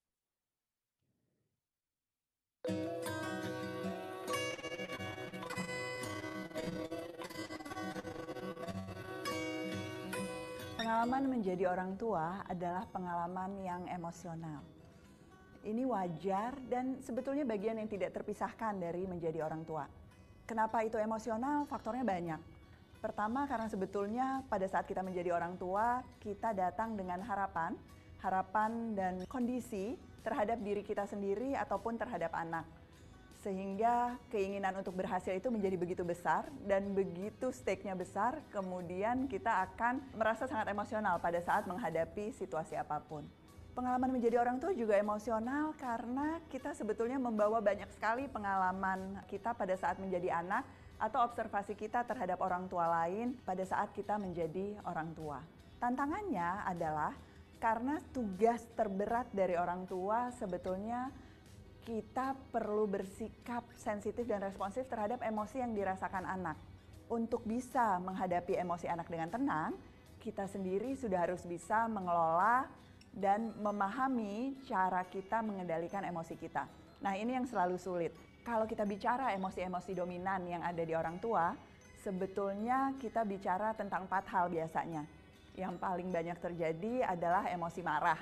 Pengalaman menjadi orang tua adalah pengalaman yang emosional. Ini wajar dan sebetulnya bagian yang tidak terpisahkan dari menjadi orang tua. Kenapa itu emosional? Faktornya banyak. Pertama karena sebetulnya pada saat kita menjadi orang tua, kita datang dengan harapan dan kondisi terhadap diri kita sendiri ataupun terhadap anak. Sehingga keinginan untuk berhasil itu menjadi begitu besar dan begitu stake-nya besar, kemudian kita akan merasa sangat emosional pada saat menghadapi situasi apapun. Pengalaman menjadi orang tua juga emosional karena kita sebetulnya membawa banyak sekali pengalaman kita pada saat menjadi anak atau observasi kita terhadap orang tua lain pada saat kita menjadi orang tua. Tantangannya adalah karena tugas terberat dari orang tua sebetulnya kita perlu bersikap sensitif dan responsif terhadap emosi yang dirasakan anak. Untuk bisa menghadapi emosi anak dengan tenang, kita sendiri sudah harus bisa mengelola dan memahami cara kita mengendalikan emosi kita. Nah, ini yang selalu sulit. Kalau kita bicara emosi-emosi dominan yang ada di orang tua, sebetulnya kita bicara tentang 4 hal biasanya. Yang paling banyak terjadi adalah emosi marah.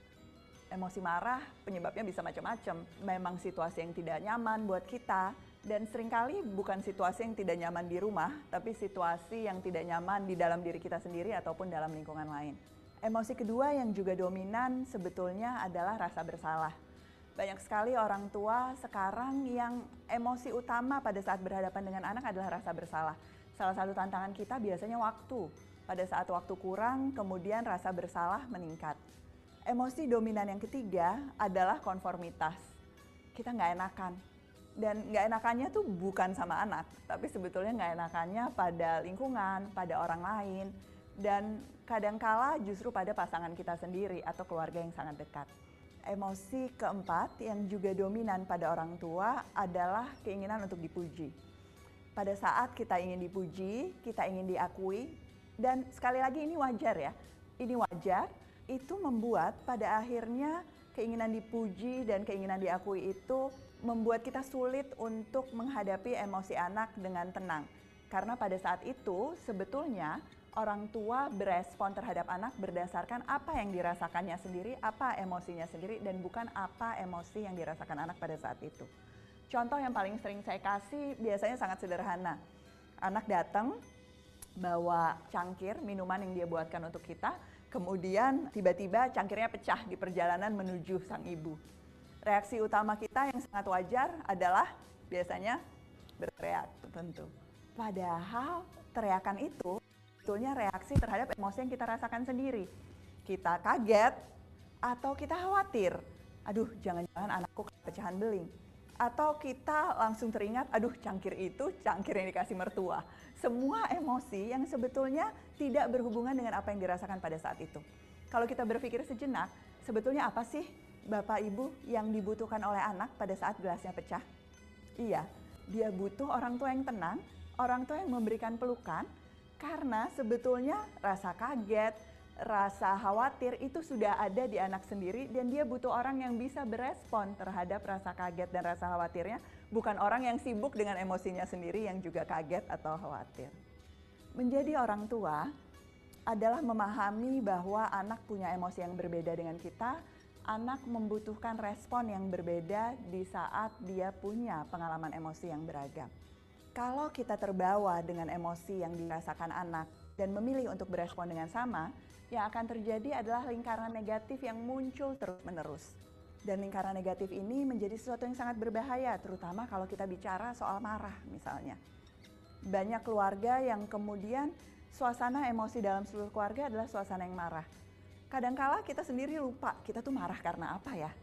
Emosi marah penyebabnya bisa macam-macam. Memang situasi yang tidak nyaman buat kita, dan seringkali bukan situasi yang tidak nyaman di rumah, tapi situasi yang tidak nyaman di dalam diri kita sendiri ataupun dalam lingkungan lain. Emosi kedua yang juga dominan sebetulnya adalah rasa bersalah. Banyak sekali orang tua sekarang yang emosi utama pada saat berhadapan dengan anak adalah rasa bersalah. Salah satu tantangan kita biasanya waktu. Pada saat waktu kurang, kemudian rasa bersalah meningkat. Emosi dominan yang ketiga adalah konformitas. Kita nggak enakan. Dan nggak enakannya tuh bukan sama anak, tapi sebetulnya nggak enakannya pada lingkungan, pada orang lain, dan kadangkala justru pada pasangan kita sendiri atau keluarga yang sangat dekat. Emosi keempat yang juga dominan pada orang tua adalah keinginan untuk dipuji. Pada saat kita ingin dipuji, kita ingin diakui, dan sekali lagi ini wajar ya, ini wajar. Itu membuat pada akhirnya keinginan dipuji dan keinginan diakui itu membuat kita sulit untuk menghadapi emosi anak dengan tenang. Karena pada saat itu sebetulnya orang tua berespon terhadap anak berdasarkan apa yang dirasakannya sendiri, apa emosinya sendiri, dan bukan apa emosi yang dirasakan anak pada saat itu. Contoh yang paling sering saya kasih biasanya sangat sederhana. Anak datang bawa cangkir minuman yang dia buatkan untuk kita, kemudian tiba-tiba cangkirnya pecah di perjalanan menuju sang ibu. Reaksi utama kita yang sangat wajar adalah biasanya berteriak tentu. Padahal teriakan itu sebetulnya reaksi terhadap emosi yang kita rasakan sendiri. Kita kaget atau kita khawatir. Aduh, jangan-jangan anakku pecahan beling. Atau kita langsung teringat, aduh cangkir itu cangkir yang dikasih mertua. Semua emosi yang sebetulnya tidak berhubungan dengan apa yang dirasakan pada saat itu. Kalau kita berpikir sejenak, sebetulnya apa sih Bapak Ibu yang dibutuhkan oleh anak pada saat gelasnya pecah? Iya, dia butuh orang tua yang tenang, orang tua yang memberikan pelukan, karena sebetulnya rasa kaget, rasa khawatir itu sudah ada di anak sendiri dan dia butuh orang yang bisa berespon terhadap rasa kaget dan rasa khawatirnya, bukan orang yang sibuk dengan emosinya sendiri yang juga kaget atau khawatir. Menjadi orang tua adalah memahami bahwa anak punya emosi yang berbeda dengan kita, anak membutuhkan respon yang berbeda di saat dia punya pengalaman emosi yang beragam. Kalau kita terbawa dengan emosi yang dirasakan anak dan memilih untuk berespon dengan sama, yang akan terjadi adalah lingkaran negatif yang muncul terus-menerus. Dan lingkaran negatif ini menjadi sesuatu yang sangat berbahaya, terutama kalau kita bicara soal marah misalnya. Banyak keluarga yang kemudian suasana emosi dalam seluruh keluarga adalah suasana yang marah. Kadangkala kita sendiri lupa, kita tuh marah karena apa ya?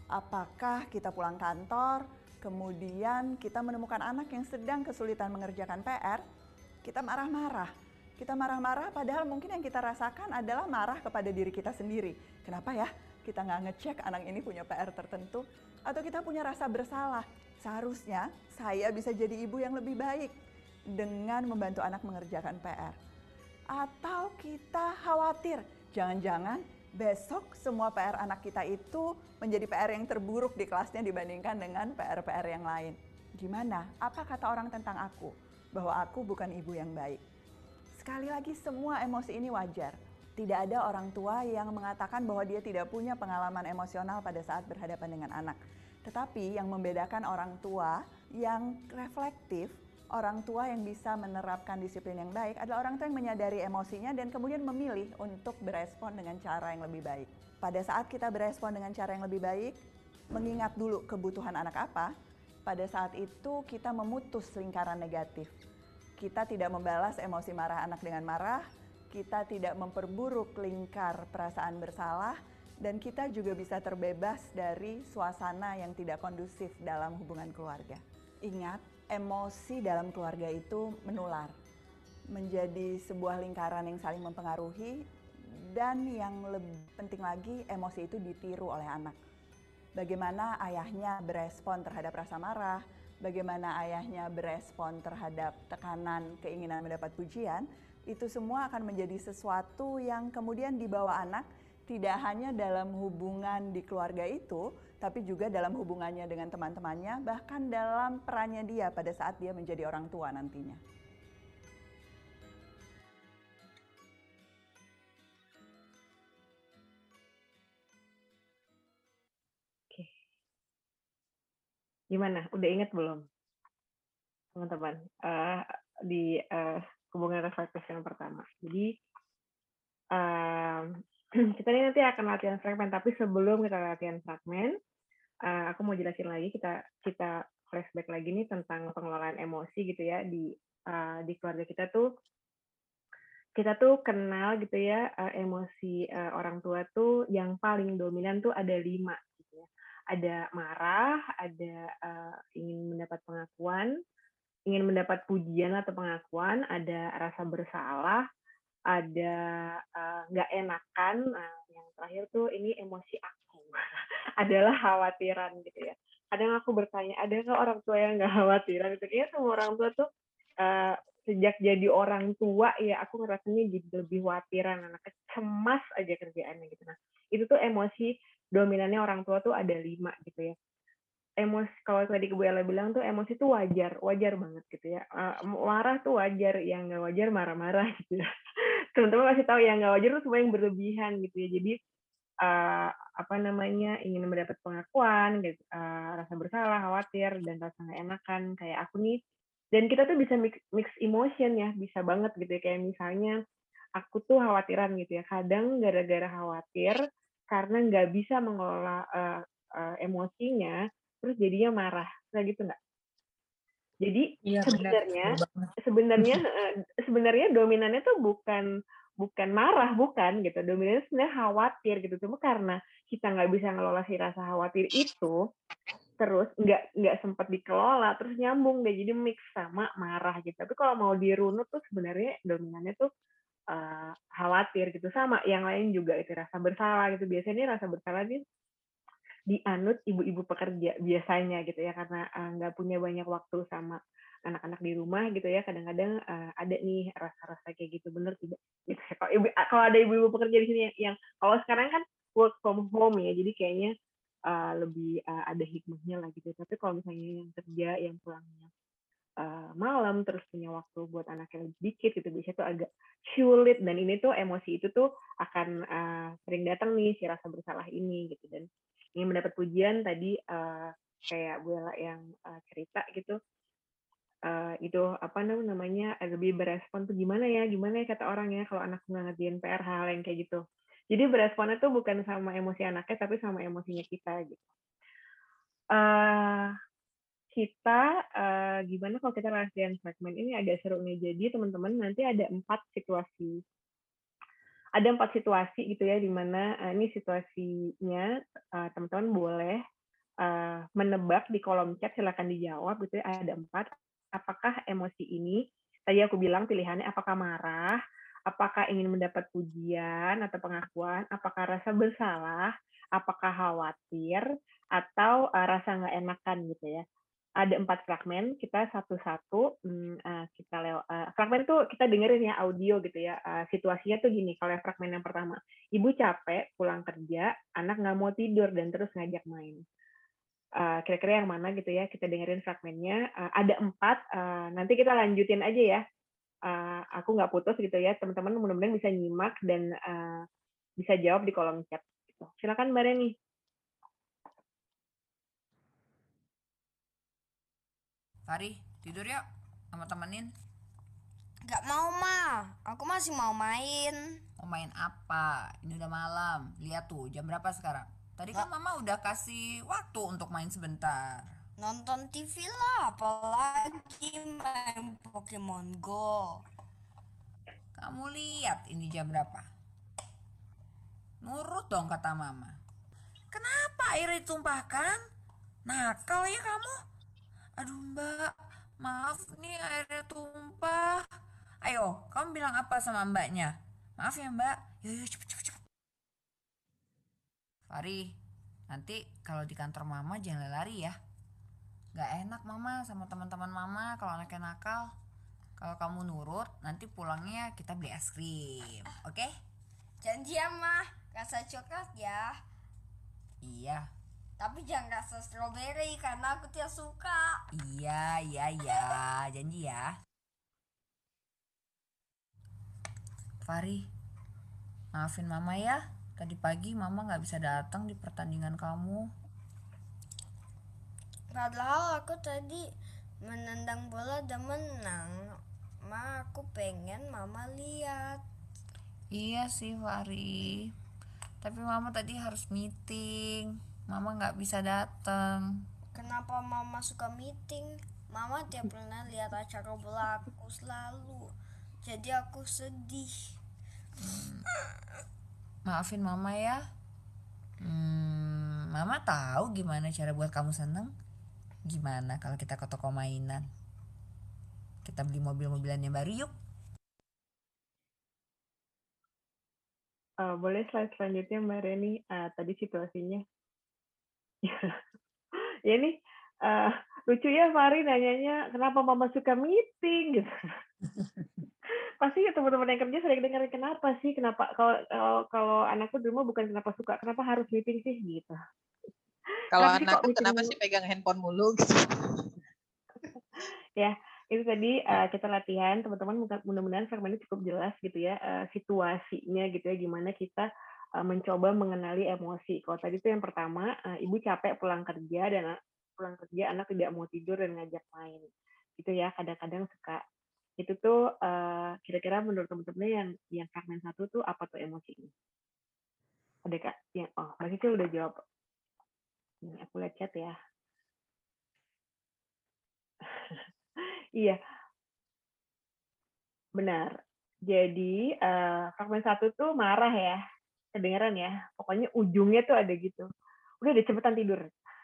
Apakah kita pulang kantor, kemudian kita menemukan anak yang sedang kesulitan mengerjakan PR, kita marah-marah. Kita marah-marah padahal mungkin yang kita rasakan adalah marah kepada diri kita sendiri. Kenapa ya kita nggak ngecek anak ini punya PR tertentu? Atau kita punya rasa bersalah. Seharusnya saya bisa jadi ibu yang lebih baik dengan membantu anak mengerjakan PR. Atau kita khawatir, jangan-jangan besok semua PR anak kita itu menjadi PR yang terburuk di kelasnya dibandingkan dengan PR-PR yang lain. Gimana? Apa kata orang tentang aku? Bahwa aku bukan ibu yang baik. Sekali lagi semua emosi ini wajar. Tidak ada orang tua yang mengatakan bahwa dia tidak punya pengalaman emosional pada saat berhadapan dengan anak. Tetapi yang membedakan orang tua yang reflektif Orang tua yang bisa menerapkan disiplin yang baik adalah orang tua yang menyadari emosinya dan kemudian memilih untuk berespon dengan cara yang lebih baik. Pada saat kita berespon dengan cara yang lebih baik, mengingat dulu kebutuhan anak apa, pada saat itu kita memutus lingkaran negatif. Kita tidak membalas emosi marah anak dengan marah, kita tidak memperburuk lingkar perasaan bersalah, dan kita juga bisa terbebas dari suasana yang tidak kondusif dalam hubungan keluarga. Ingat, emosi dalam keluarga itu menular, menjadi sebuah lingkaran yang saling mempengaruhi, dan yang lebih penting lagi, emosi itu ditiru oleh anak. Bagaimana ayahnya berespon terhadap rasa marah, bagaimana ayahnya berespon terhadap tekanan, keinginan mendapat pujian, itu semua akan menjadi sesuatu yang kemudian dibawa anak tidak hanya dalam hubungan di keluarga itu, tapi juga dalam hubungannya dengan teman-temannya, bahkan dalam perannya dia pada saat dia menjadi orang tua nantinya. Oke. Gimana? Udah ingat belum, teman-teman? Di hubungan reflektif yang pertama. Jadi, kita ini nanti akan latihan fragmen, tapi sebelum kita latihan fragmen, aku mau jelasin lagi, kita flashback lagi nih tentang pengelolaan emosi gitu ya di keluarga kita tuh kenal gitu ya, emosi orang tua tuh yang paling dominan tuh ada 5 gitu ya. Ada marah, ada ingin mendapat pengakuan, ingin mendapat pujian atau pengakuan, ada rasa bersalah, ada nggak enakan, yang terakhir tuh ini emosi aku adalah khawatiran gitu ya. Kadang aku bertanya, ada nggak orang tua yang nggak khawatiran? Itu kayaknya semua orang tua tuh sejak jadi orang tua ya aku ngerasanya jadi lebih khawatiran, anaknya cemas aja kerjaannya gitu. Nah itu tuh emosi dominannya orang tua tuh ada 5 gitu ya. Emosi, kalau tadi Bu Ella bilang tuh emosi tuh wajar banget gitu ya. Marah tuh wajar, yang nggak wajar marah-marah gitu ya. Teman-teman kasih tahu yang nggak wajar tuh semua yang berlebihan gitu ya. Jadi ingin mendapat pengakuan, gitu, rasa bersalah, khawatir, dan rasa nggak enakan kayak aku nih. Dan kita tuh bisa mix emotion ya, bisa banget gitu ya. Kayak misalnya aku tuh khawatiran gitu ya. Kadang gara-gara khawatir karena nggak bisa mengelola emosinya, terus jadinya marah, kayak gitu nggak? Jadi Iya, sebenarnya dominannya tuh bukan marah, bukan gitu. Dominannya sebenarnya khawatir gitu. Cuma karena kita nggak bisa ngelola si rasa khawatir itu, terus nggak sempat dikelola, terus nyambung deh jadi mix sama marah gitu. Tapi kalau mau dirunut tuh sebenarnya dominannya tuh khawatir gitu, sama yang lain juga itu rasa bersalah gitu. Biasanya rasa bersalah nih dianut ibu-ibu pekerja biasanya gitu ya, karena nggak punya banyak waktu sama anak-anak di rumah gitu ya. Kadang-kadang ada nih rasa-rasa kayak gitu, bener tidak gitu ya. Kalau ada ibu-ibu pekerja di sini yang kalau sekarang kan work from home ya, jadi kayaknya lebih ada hikmahnya lah gitu. Tapi kalau misalnya yang kerja yang pulangnya malam terus punya waktu buat anaknya lebih dikit gitu, biasanya tuh agak sulit. Dan ini tuh emosi itu tuh akan sering datang nih, si rasa bersalah ini gitu. Dan ingin mendapat pujian tadi kayak Bu Ella yang cerita gitu, itu apa namanya lebih berespon tuh gimana ya kata orang ya kalau anak nggak ngerjain PR, hal yang kayak gitu. Jadi beresponnya tuh bukan sama emosi anaknya tapi sama emosinya kita gitu. Kita gimana kalau kita latihan fragmen ini agak seru nih. Jadi teman-teman nanti ada 4 situasi. Ada 4 situasi gitu ya, di mana ini situasinya teman-teman boleh menebak di kolom chat, silakan dijawab gitu ya. Ada 4. Apakah emosi ini, tadi aku bilang pilihannya apakah marah, apakah ingin mendapat pujian atau pengakuan, apakah rasa bersalah, apakah khawatir, atau rasa nggak enakan gitu ya. Ada 4 fragmen, kita satu-satu kita fragmen tuh kita dengerin ya audio gitu ya. Situasinya tuh gini, kalau fragmen yang pertama, ibu capek pulang kerja, anak nggak mau tidur dan terus ngajak main. Kira-kira yang mana gitu ya, kita dengerin fragmennya. Ada 4, nanti kita lanjutin aja ya. Aku nggak putus gitu ya, teman-teman mudah-mudahan bisa nyimak dan bisa jawab di kolom chat. Gitu. Silakan Mbak Reni. Fari, tidur yuk. Sama temenin? Gak mau, Ma. Aku masih mau main. Mau main apa? Ini udah malam. Lihat tuh, jam berapa sekarang? Tadi kan mama udah kasih waktu untuk main sebentar. Nonton TV lah, apalagi main Pokemon Go. Kamu lihat ini jam berapa? Nurut dong kata mama. Kenapa air ditumpahkan? Nakal ya kamu. Aduh mbak, maaf nih airnya tumpah. Ayo, kamu bilang apa sama mbaknya? Maaf ya mbak. Yuk, cepet, cepet, cepet. Fari, nanti kalau di kantor mama jangan lari ya. Gak enak mama sama teman-teman mama kalau anaknya nakal. Kalau kamu nurut, nanti pulangnya kita beli es krim, oke? Janji ya, Ma. Rasa coklat ya. Iya. Tapi jangan rasa strawberry karena aku tidak suka. Iya, janji ya. Fari, maafin mama ya. Tadi pagi mama gak bisa datang di pertandingan kamu. Padahal aku tadi menendang bola dan menang. Ma, aku pengen Mama lihat. Iya sih Fari. Tapi mama tadi harus meeting. Mama gak bisa datang. Kenapa Mama suka meeting? Mama tiap pernah lihat acara bola aku selalu. Jadi aku sedih. Maafin mama ya. Mama tahu gimana cara buat kamu seneng. Gimana kalau kita ke toko mainan? Kita beli mobil-mobilan yang baru yuk. Boleh slide selanjutnya Mbak Reni. Tadi situasinya. Ya nih, lucu ya Fari nanyanya kenapa mama suka meeting gitu. Pasti ya teman-teman yang kerja sering dengerin kenapa sih, kenapa kalau anakku di rumah bukan kenapa suka, kenapa harus meeting sih gitu. Kalau anakku kenapa sih pegang handphone mulu gitu. Ya, itu tadi kita latihan teman-teman, mudah-mudahan fragmennya cukup jelas gitu ya, situasinya gitu ya, gimana kita mencoba mengenali emosi. Kalau tadi tuh yang pertama, ibu capek pulang kerja dan anak tidak mau tidur dan ngajak main. Itu ya kadang-kadang suka. Itu tuh kira-kira menurut teman-teman yang fragmen 1 tuh apa tuh emosinya? Ada Kak? Yang Mbak Cicil udah jawab. Ini aku lihat chat ya. Iya. Benar. Jadi fragmen 1 tuh marah ya. Kedengeran ya. Pokoknya ujungnya tuh ada gitu. Udah deh cepetan tidur.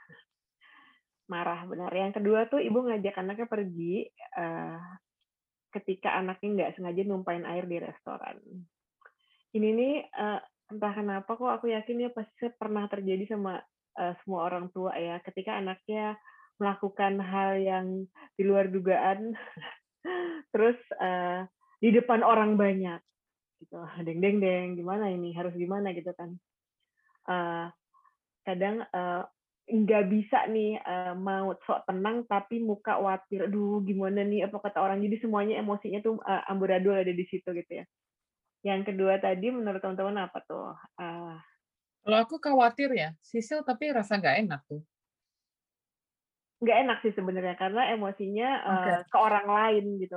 Marah benar. Yang kedua tuh ibu ngajak anaknya pergi ketika anaknya nggak sengaja numpain air di restoran. Ini nih entah kenapa kok aku yakin ya pasti pernah terjadi sama semua orang tua ya. Ketika anaknya melakukan hal yang di luar dugaan, terus di depan orang banyak. Gitu, deng gimana ini, harus gimana gitu kan. Kadang nggak bisa nih mau sok tenang tapi muka khawatir, aduh gimana nih apa kata orang, jadi semuanya emosinya tuh amburadul ada di situ gitu ya. Yang kedua tadi menurut teman-teman apa tuh? Kalau aku khawatir ya, Sisil tapi rasa nggak enak tuh. Nggak enak sih sebenarnya karena emosinya ke orang lain gitu.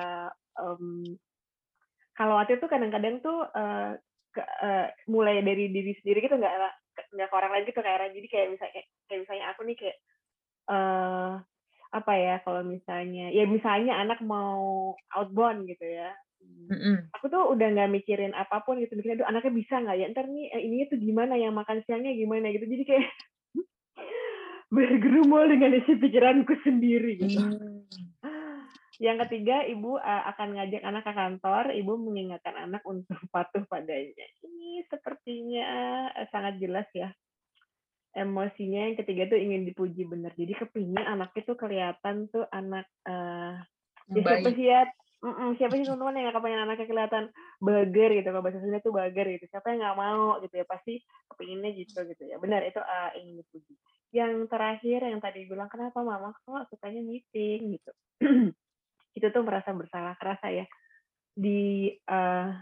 Khawatir tuh kadang-kadang tuh mulai dari diri sendiri gitu, nggak ke orang lain gitu kayak jadi kayak misalnya aku nih kayak apa ya, kalau misalnya anak mau outbound gitu ya, aku tuh udah nggak mikirin apapun gitu, mikirnya aduh anaknya bisa nggak ya, ntar nih ininya tuh gimana yang makan siangnya gimana gitu, jadi kayak bergerumul dengan isi pikiranku sendiri gitu. Yang ketiga, ibu akan ngajak anak ke kantor, ibu mengingatkan anak untuk patuh padanya. Ini sepertinya sangat jelas ya. Emosinya yang ketiga tuh ingin dipuji bener. Jadi kepingin anaknya tuh kelihatan tuh anak siapa sih ya? Siapa sih teman-teman yang kepengen anaknya kelihatan bager gitu, kalau bahasa Sunda tuh bager gitu. Siapa yang nggak mau gitu ya, pasti kepinginnya gitu ya. Benar, itu ingin dipuji. Yang terakhir yang tadi bilang kenapa mama kok sukanya meeting gitu. Itu tuh merasa bersalah, kerasa ya di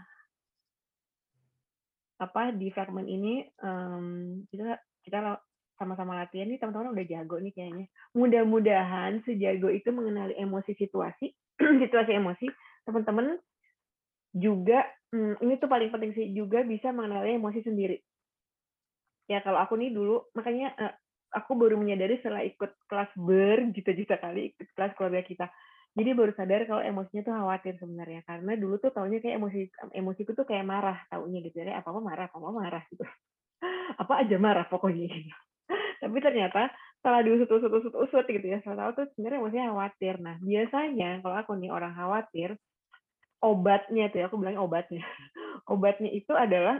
di fragmen ini kita sama-sama latihan nih, teman-teman udah jago nih kayaknya. Mudah-mudahan sejago itu mengenali emosi situasi, situasi emosi, teman-teman juga, ini tuh paling penting sih, juga bisa mengenali emosi sendiri. Ya kalau aku nih dulu, makanya aku baru menyadari setelah ikut kelas berjuta-juta kali, ikut kelas keluarga kita. Jadi baru sadar kalau emosinya tuh khawatir sebenarnya. Karena dulu tuh taunya kayak emosiku tuh kayak marah, taunya gitu ya, apa-apa marah gitu. Apa aja marah pokoknya gitu. Tapi ternyata setelah diusut gitu ya, setelah tahu tuh sebenarnya emosinya khawatir. Nah, biasanya kalau aku nih orang khawatir, obatnya tuh ya, aku bilang obatnya. Obatnya itu adalah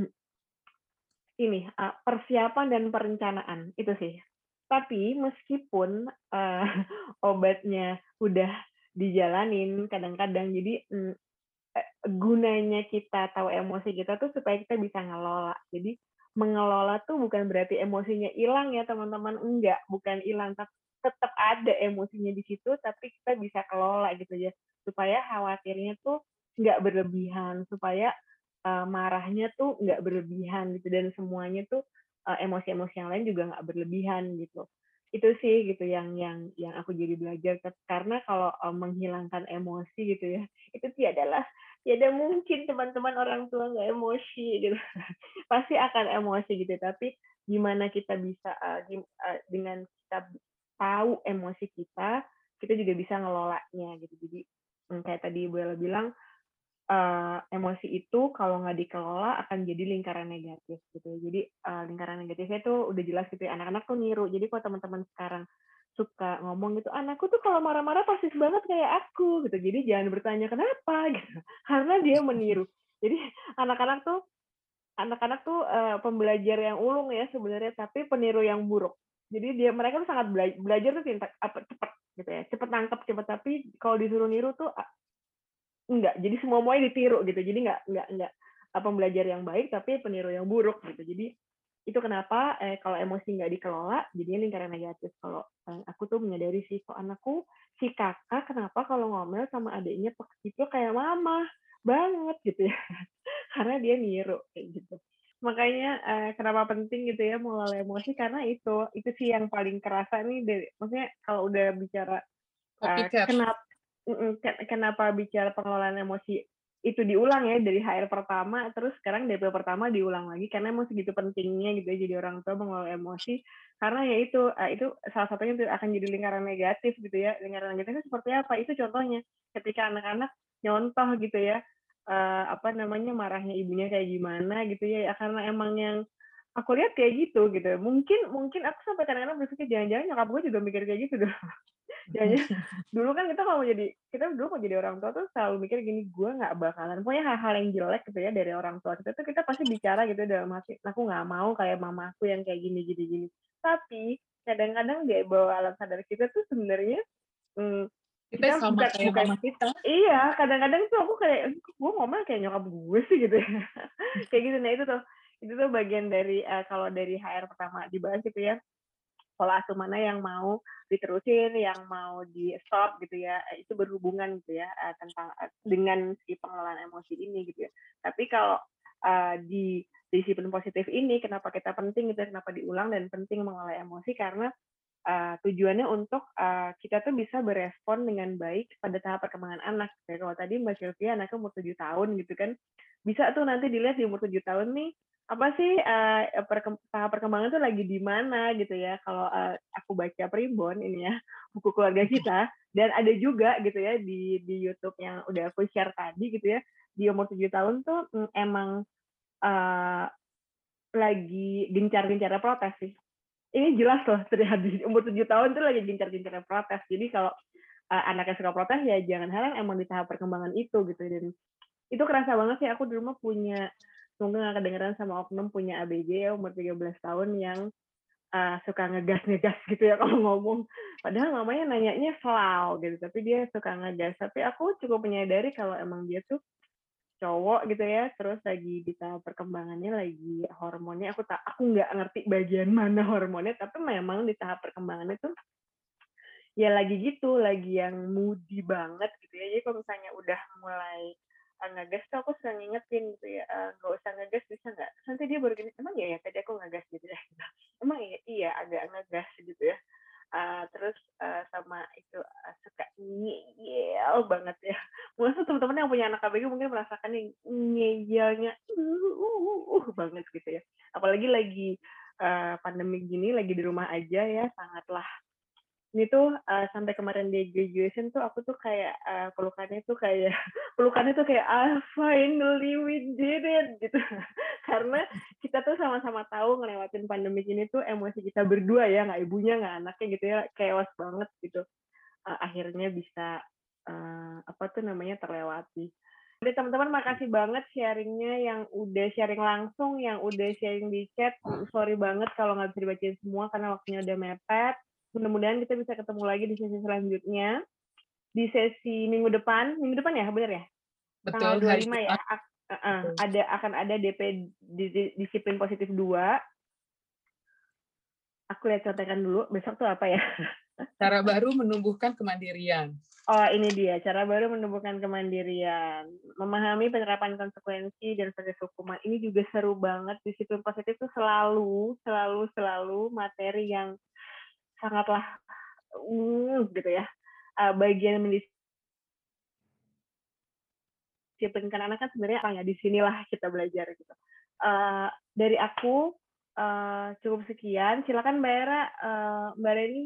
ini, persiapan dan perencanaan, itu sih. Tapi meskipun obatnya udah dijalanin kadang-kadang, jadi gunanya kita tahu emosi kita tuh supaya kita bisa ngelola. Jadi mengelola tuh bukan berarti emosinya hilang ya teman-teman, enggak, bukan hilang, tetap ada emosinya di situ, tapi kita bisa kelola gitu ya, supaya khawatirnya tuh nggak berlebihan, supaya marahnya tuh nggak berlebihan gitu, dan semuanya tuh emosi-emosi yang lain juga nggak berlebihan gitu. Itu sih gitu yang aku jadi belajar, karena kalau menghilangkan emosi gitu ya, itu tiada mungkin teman-teman orang tua nggak emosi gitu. Pasti akan emosi gitu, tapi gimana kita bisa dengan kita tahu emosi kita juga bisa ngelolanya gitu. Jadi kayak tadi Bu Ella bilang, emosi itu kalau nggak dikelola akan jadi lingkaran negatif gitu. Jadi lingkaran negatifnya tuh udah jelas gitu ya, anak-anak tuh niru. Jadi kalau teman-teman sekarang suka ngomong gitu, anakku tuh kalau marah-marah persis banget kayak aku gitu. Jadi jangan bertanya kenapa gitu, karena dia meniru. Jadi anak-anak tuh pembelajar yang ulung ya sebenarnya, tapi peniru yang buruk. Jadi mereka tuh sangat belajar tuh cepat gitu ya, cepat nangkep cepat, tapi kalau disuruh niru tuh enggak. Jadi semuanya ditiru gitu. Jadi enggak pembelajar yang baik, tapi peniru yang buruk gitu. Jadi itu kenapa kalau emosi nggak dikelola jadinya lingkaran negatif. Kalau aku tuh menyadari sih, kok anakku si kakak kenapa kalau ngomel sama adiknya itu kayak mama banget gitu ya. Karena dia niru kayak gitu. Makanya kenapa penting gitu ya mengelola emosi, karena itu sih yang paling kerasa nih maksudnya kalau udah bicara kenapa bicara pengelolaan emosi itu diulang ya dari HR pertama, terus sekarang DP pertama diulang lagi, karena emang segitu pentingnya gitu ya jadi orang tua mengelola emosi, karena ya itu salah satunya itu akan jadi lingkaran negatif gitu ya. Lingkaran negatifnya seperti apa? Itu contohnya ketika anak-anak nyontoh gitu ya, marahnya ibunya kayak gimana gitu ya, karena emang yang aku lihat kayak gitu. Mungkin aku sampai kadang-kadang berpikir jangan-jangan nyokap gue juga mikir kayak gitu dong. Jangan dulu kan kita dulu mau jadi orang tua tuh selalu mikir gini, gue nggak bakalan pokoknya hal-hal yang jelek gitu ya dari orang tua kita tuh kita pasti bicara gitu dalam hati, aku nggak mau kayak mamaku yang kayak gini. Tapi kadang-kadang di bawah alam sadar kita tuh sebenarnya kita sama kayak mama kita. Iya, kadang-kadang tuh aku kayak gue ngomong kayak nyokap gue sih gitu ya. Kayak gitu. Nah itu tuh bagian dari kalau dari HR pertama dibahas gitu ya, pola asuh mana yang mau diterusin, yang mau di stop gitu ya, itu berhubungan gitu ya tentang dengan si pengelolaan emosi ini gitu ya. Tapi kalau di disiplin positif ini kenapa kita penting gitu, kenapa diulang dan penting mengelola emosi, karena tujuannya untuk kita tuh bisa berespon dengan baik pada tahap perkembangan anak. Kayak kalau tadi Mbak Sylvia anaknya umur 7 tahun gitu kan, bisa tuh nanti dilihat di umur 7 tahun nih apa sih tahap perkembangan tuh lagi di mana gitu ya. Kalau aku baca Primbon ini ya, buku keluarga kita, dan ada juga gitu ya di YouTube yang udah aku share tadi gitu ya, di umur 7 tahun tuh emang lagi gencar-gencarnya protes sih. Ini jelas loh, terlihat di umur 7 tahun tuh lagi gencar-gencarnya protes. Jadi kalau anaknya suka protes ya jangan heran emang di tahap perkembangan itu gitu. Dan itu kerasa banget sih, aku di rumah punya, semoga nggak kedengeran sama oknum, punya ABG ya umur 13 tahun yang suka ngegas gitu ya kalau ngomong. Padahal mamanya nanyanya slow gitu, tapi dia suka ngegas. Tapi aku cukup menyadari kalau emang dia tuh cowok gitu ya, terus lagi di tahap perkembangannya, lagi hormonnya, aku nggak ngerti bagian mana hormonnya, tapi memang di tahap perkembangannya tuh ya lagi gitu, lagi yang moody banget gitu ya. Jadi kalau misalnya udah mulai ngegas tuh aku sering ngingetin gitu ya, nggak usah ngegas bisa nggak? Terus nanti dia baru gini, emang ya tadi aku ngegas gitu ya? Emang iya agak ngegas gitu ya. Terus sama itu suka ngeyel banget ya. Mungkin teman-teman yang punya anak ABG mungkin merasakan yang ngeyelnya banget gitu ya. Apalagi lagi pandemi gini, lagi di rumah aja ya, sangatlah. Ini tuh sampai kemarin di graduation tuh aku tuh kayak pelukannya tuh kayak finally we did it gitu. Karena kita tuh sama-sama tahu ngelewatin pandemi ini tuh emosi kita berdua ya, nggak ibunya, nggak anaknya gitu ya, chaos banget gitu. Akhirnya bisa terlewati. Jadi teman-teman makasih banget sharingnya, yang udah sharing langsung, yang udah sharing di chat. Sorry banget kalau nggak bisa dibacain semua karena waktunya udah mepet. Mudah-mudahan kita bisa ketemu lagi di sesi selanjutnya. Di sesi minggu depan ya, bener ya? Betul, Tanggal hari 25 ya. Akan ada DP disiplin positif 2. Aku lihat contekan dulu, besok tuh apa ya? Cara baru menumbuhkan kemandirian. Oh, ini dia, cara baru menumbuhkan kemandirian. Memahami penerapan konsekuensi dan proses hukuman. Ini juga seru banget. Disiplin positif tuh selalu materi yang sangatlah gitu ya. Bagian mendisiplinkan anak kan sebenarnya apa ya, disinilah kita belajar gitu. Dari aku cukup sekian. Silakan Mbak Era, Mbak Reni.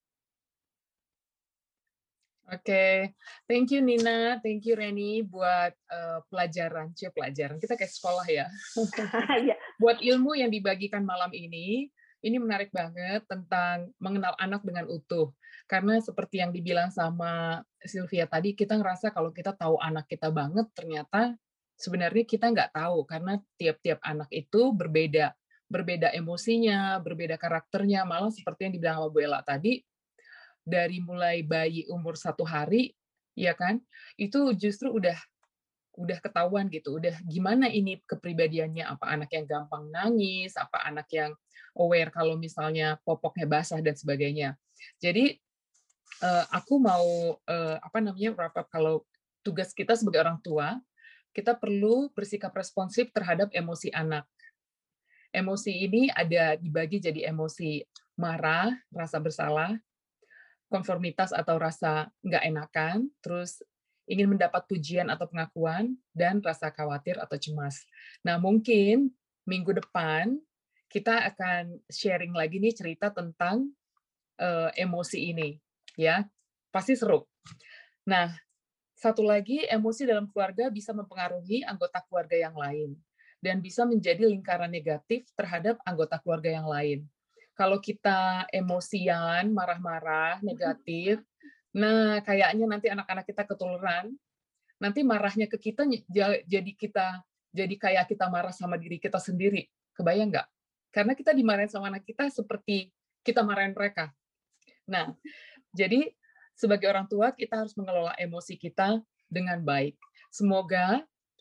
Oke, thank you Nina, thank you Reni buat pelajaran kita kayak sekolah ya. Buat ilmu yang dibagikan malam ini menarik banget tentang mengenal anak dengan utuh. Karena seperti yang dibilang sama Sylvia tadi, kita ngerasa kalau kita tahu anak kita banget, ternyata sebenarnya kita nggak tahu, karena tiap-tiap anak itu berbeda emosinya, berbeda karakternya, malah seperti yang dibilang sama Bu Ella tadi, dari mulai bayi umur 1 hari, ya kan, itu justru udah ketahuan gitu, udah gimana ini kepribadiannya, apa anak yang gampang nangis, apa anak yang aware kalau misalnya popoknya basah dan sebagainya. Jadi aku mau wrap up kalau tugas kita sebagai orang tua, kita perlu bersikap responsif terhadap emosi anak. Emosi ini ada dibagi jadi emosi marah, rasa bersalah, konformitas atau rasa nggak enakan, terus ingin mendapat pujian atau pengakuan, dan rasa khawatir atau cemas. Nah, mungkin minggu depan kita akan sharing lagi nih cerita tentang emosi ini, ya. Pasti seru. Nah, satu lagi, emosi dalam keluarga bisa mempengaruhi anggota keluarga yang lain dan bisa menjadi lingkaran negatif terhadap anggota keluarga yang lain. Kalau kita emosian, marah-marah, negatif, nah kayaknya nanti anak-anak kita ketularan, nanti marahnya ke kita jadi kayak kita marah sama diri kita sendiri. Kebayang nggak? Karena kita dimarahin sama anak kita seperti kita marahin mereka. Nah, jadi sebagai orang tua kita harus mengelola emosi kita dengan baik. Semoga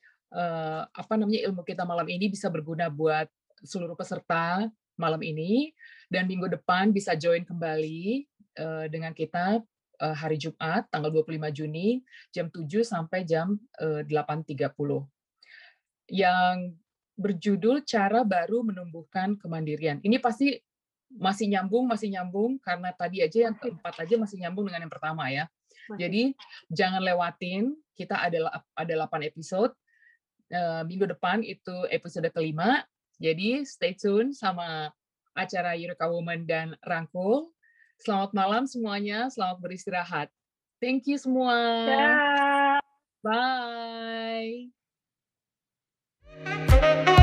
ilmu kita malam ini bisa berguna buat seluruh peserta malam ini, dan minggu depan bisa join kembali dengan kita hari Jumat tanggal 25 Juni jam 7 sampai jam 8.30 yang berjudul Cara Baru Menumbuhkan Kemandirian. Ini pasti masih nyambung karena tadi aja yang keempat aja masih nyambung dengan yang pertama ya. Jadi jangan lewatin, kita ada 8 episode. Minggu depan itu episode kelima. Jadi stay tune sama acara Eureka Woman dan Rangkul. Selamat malam semuanya, selamat beristirahat. Thank you semua. Yeah. Bye.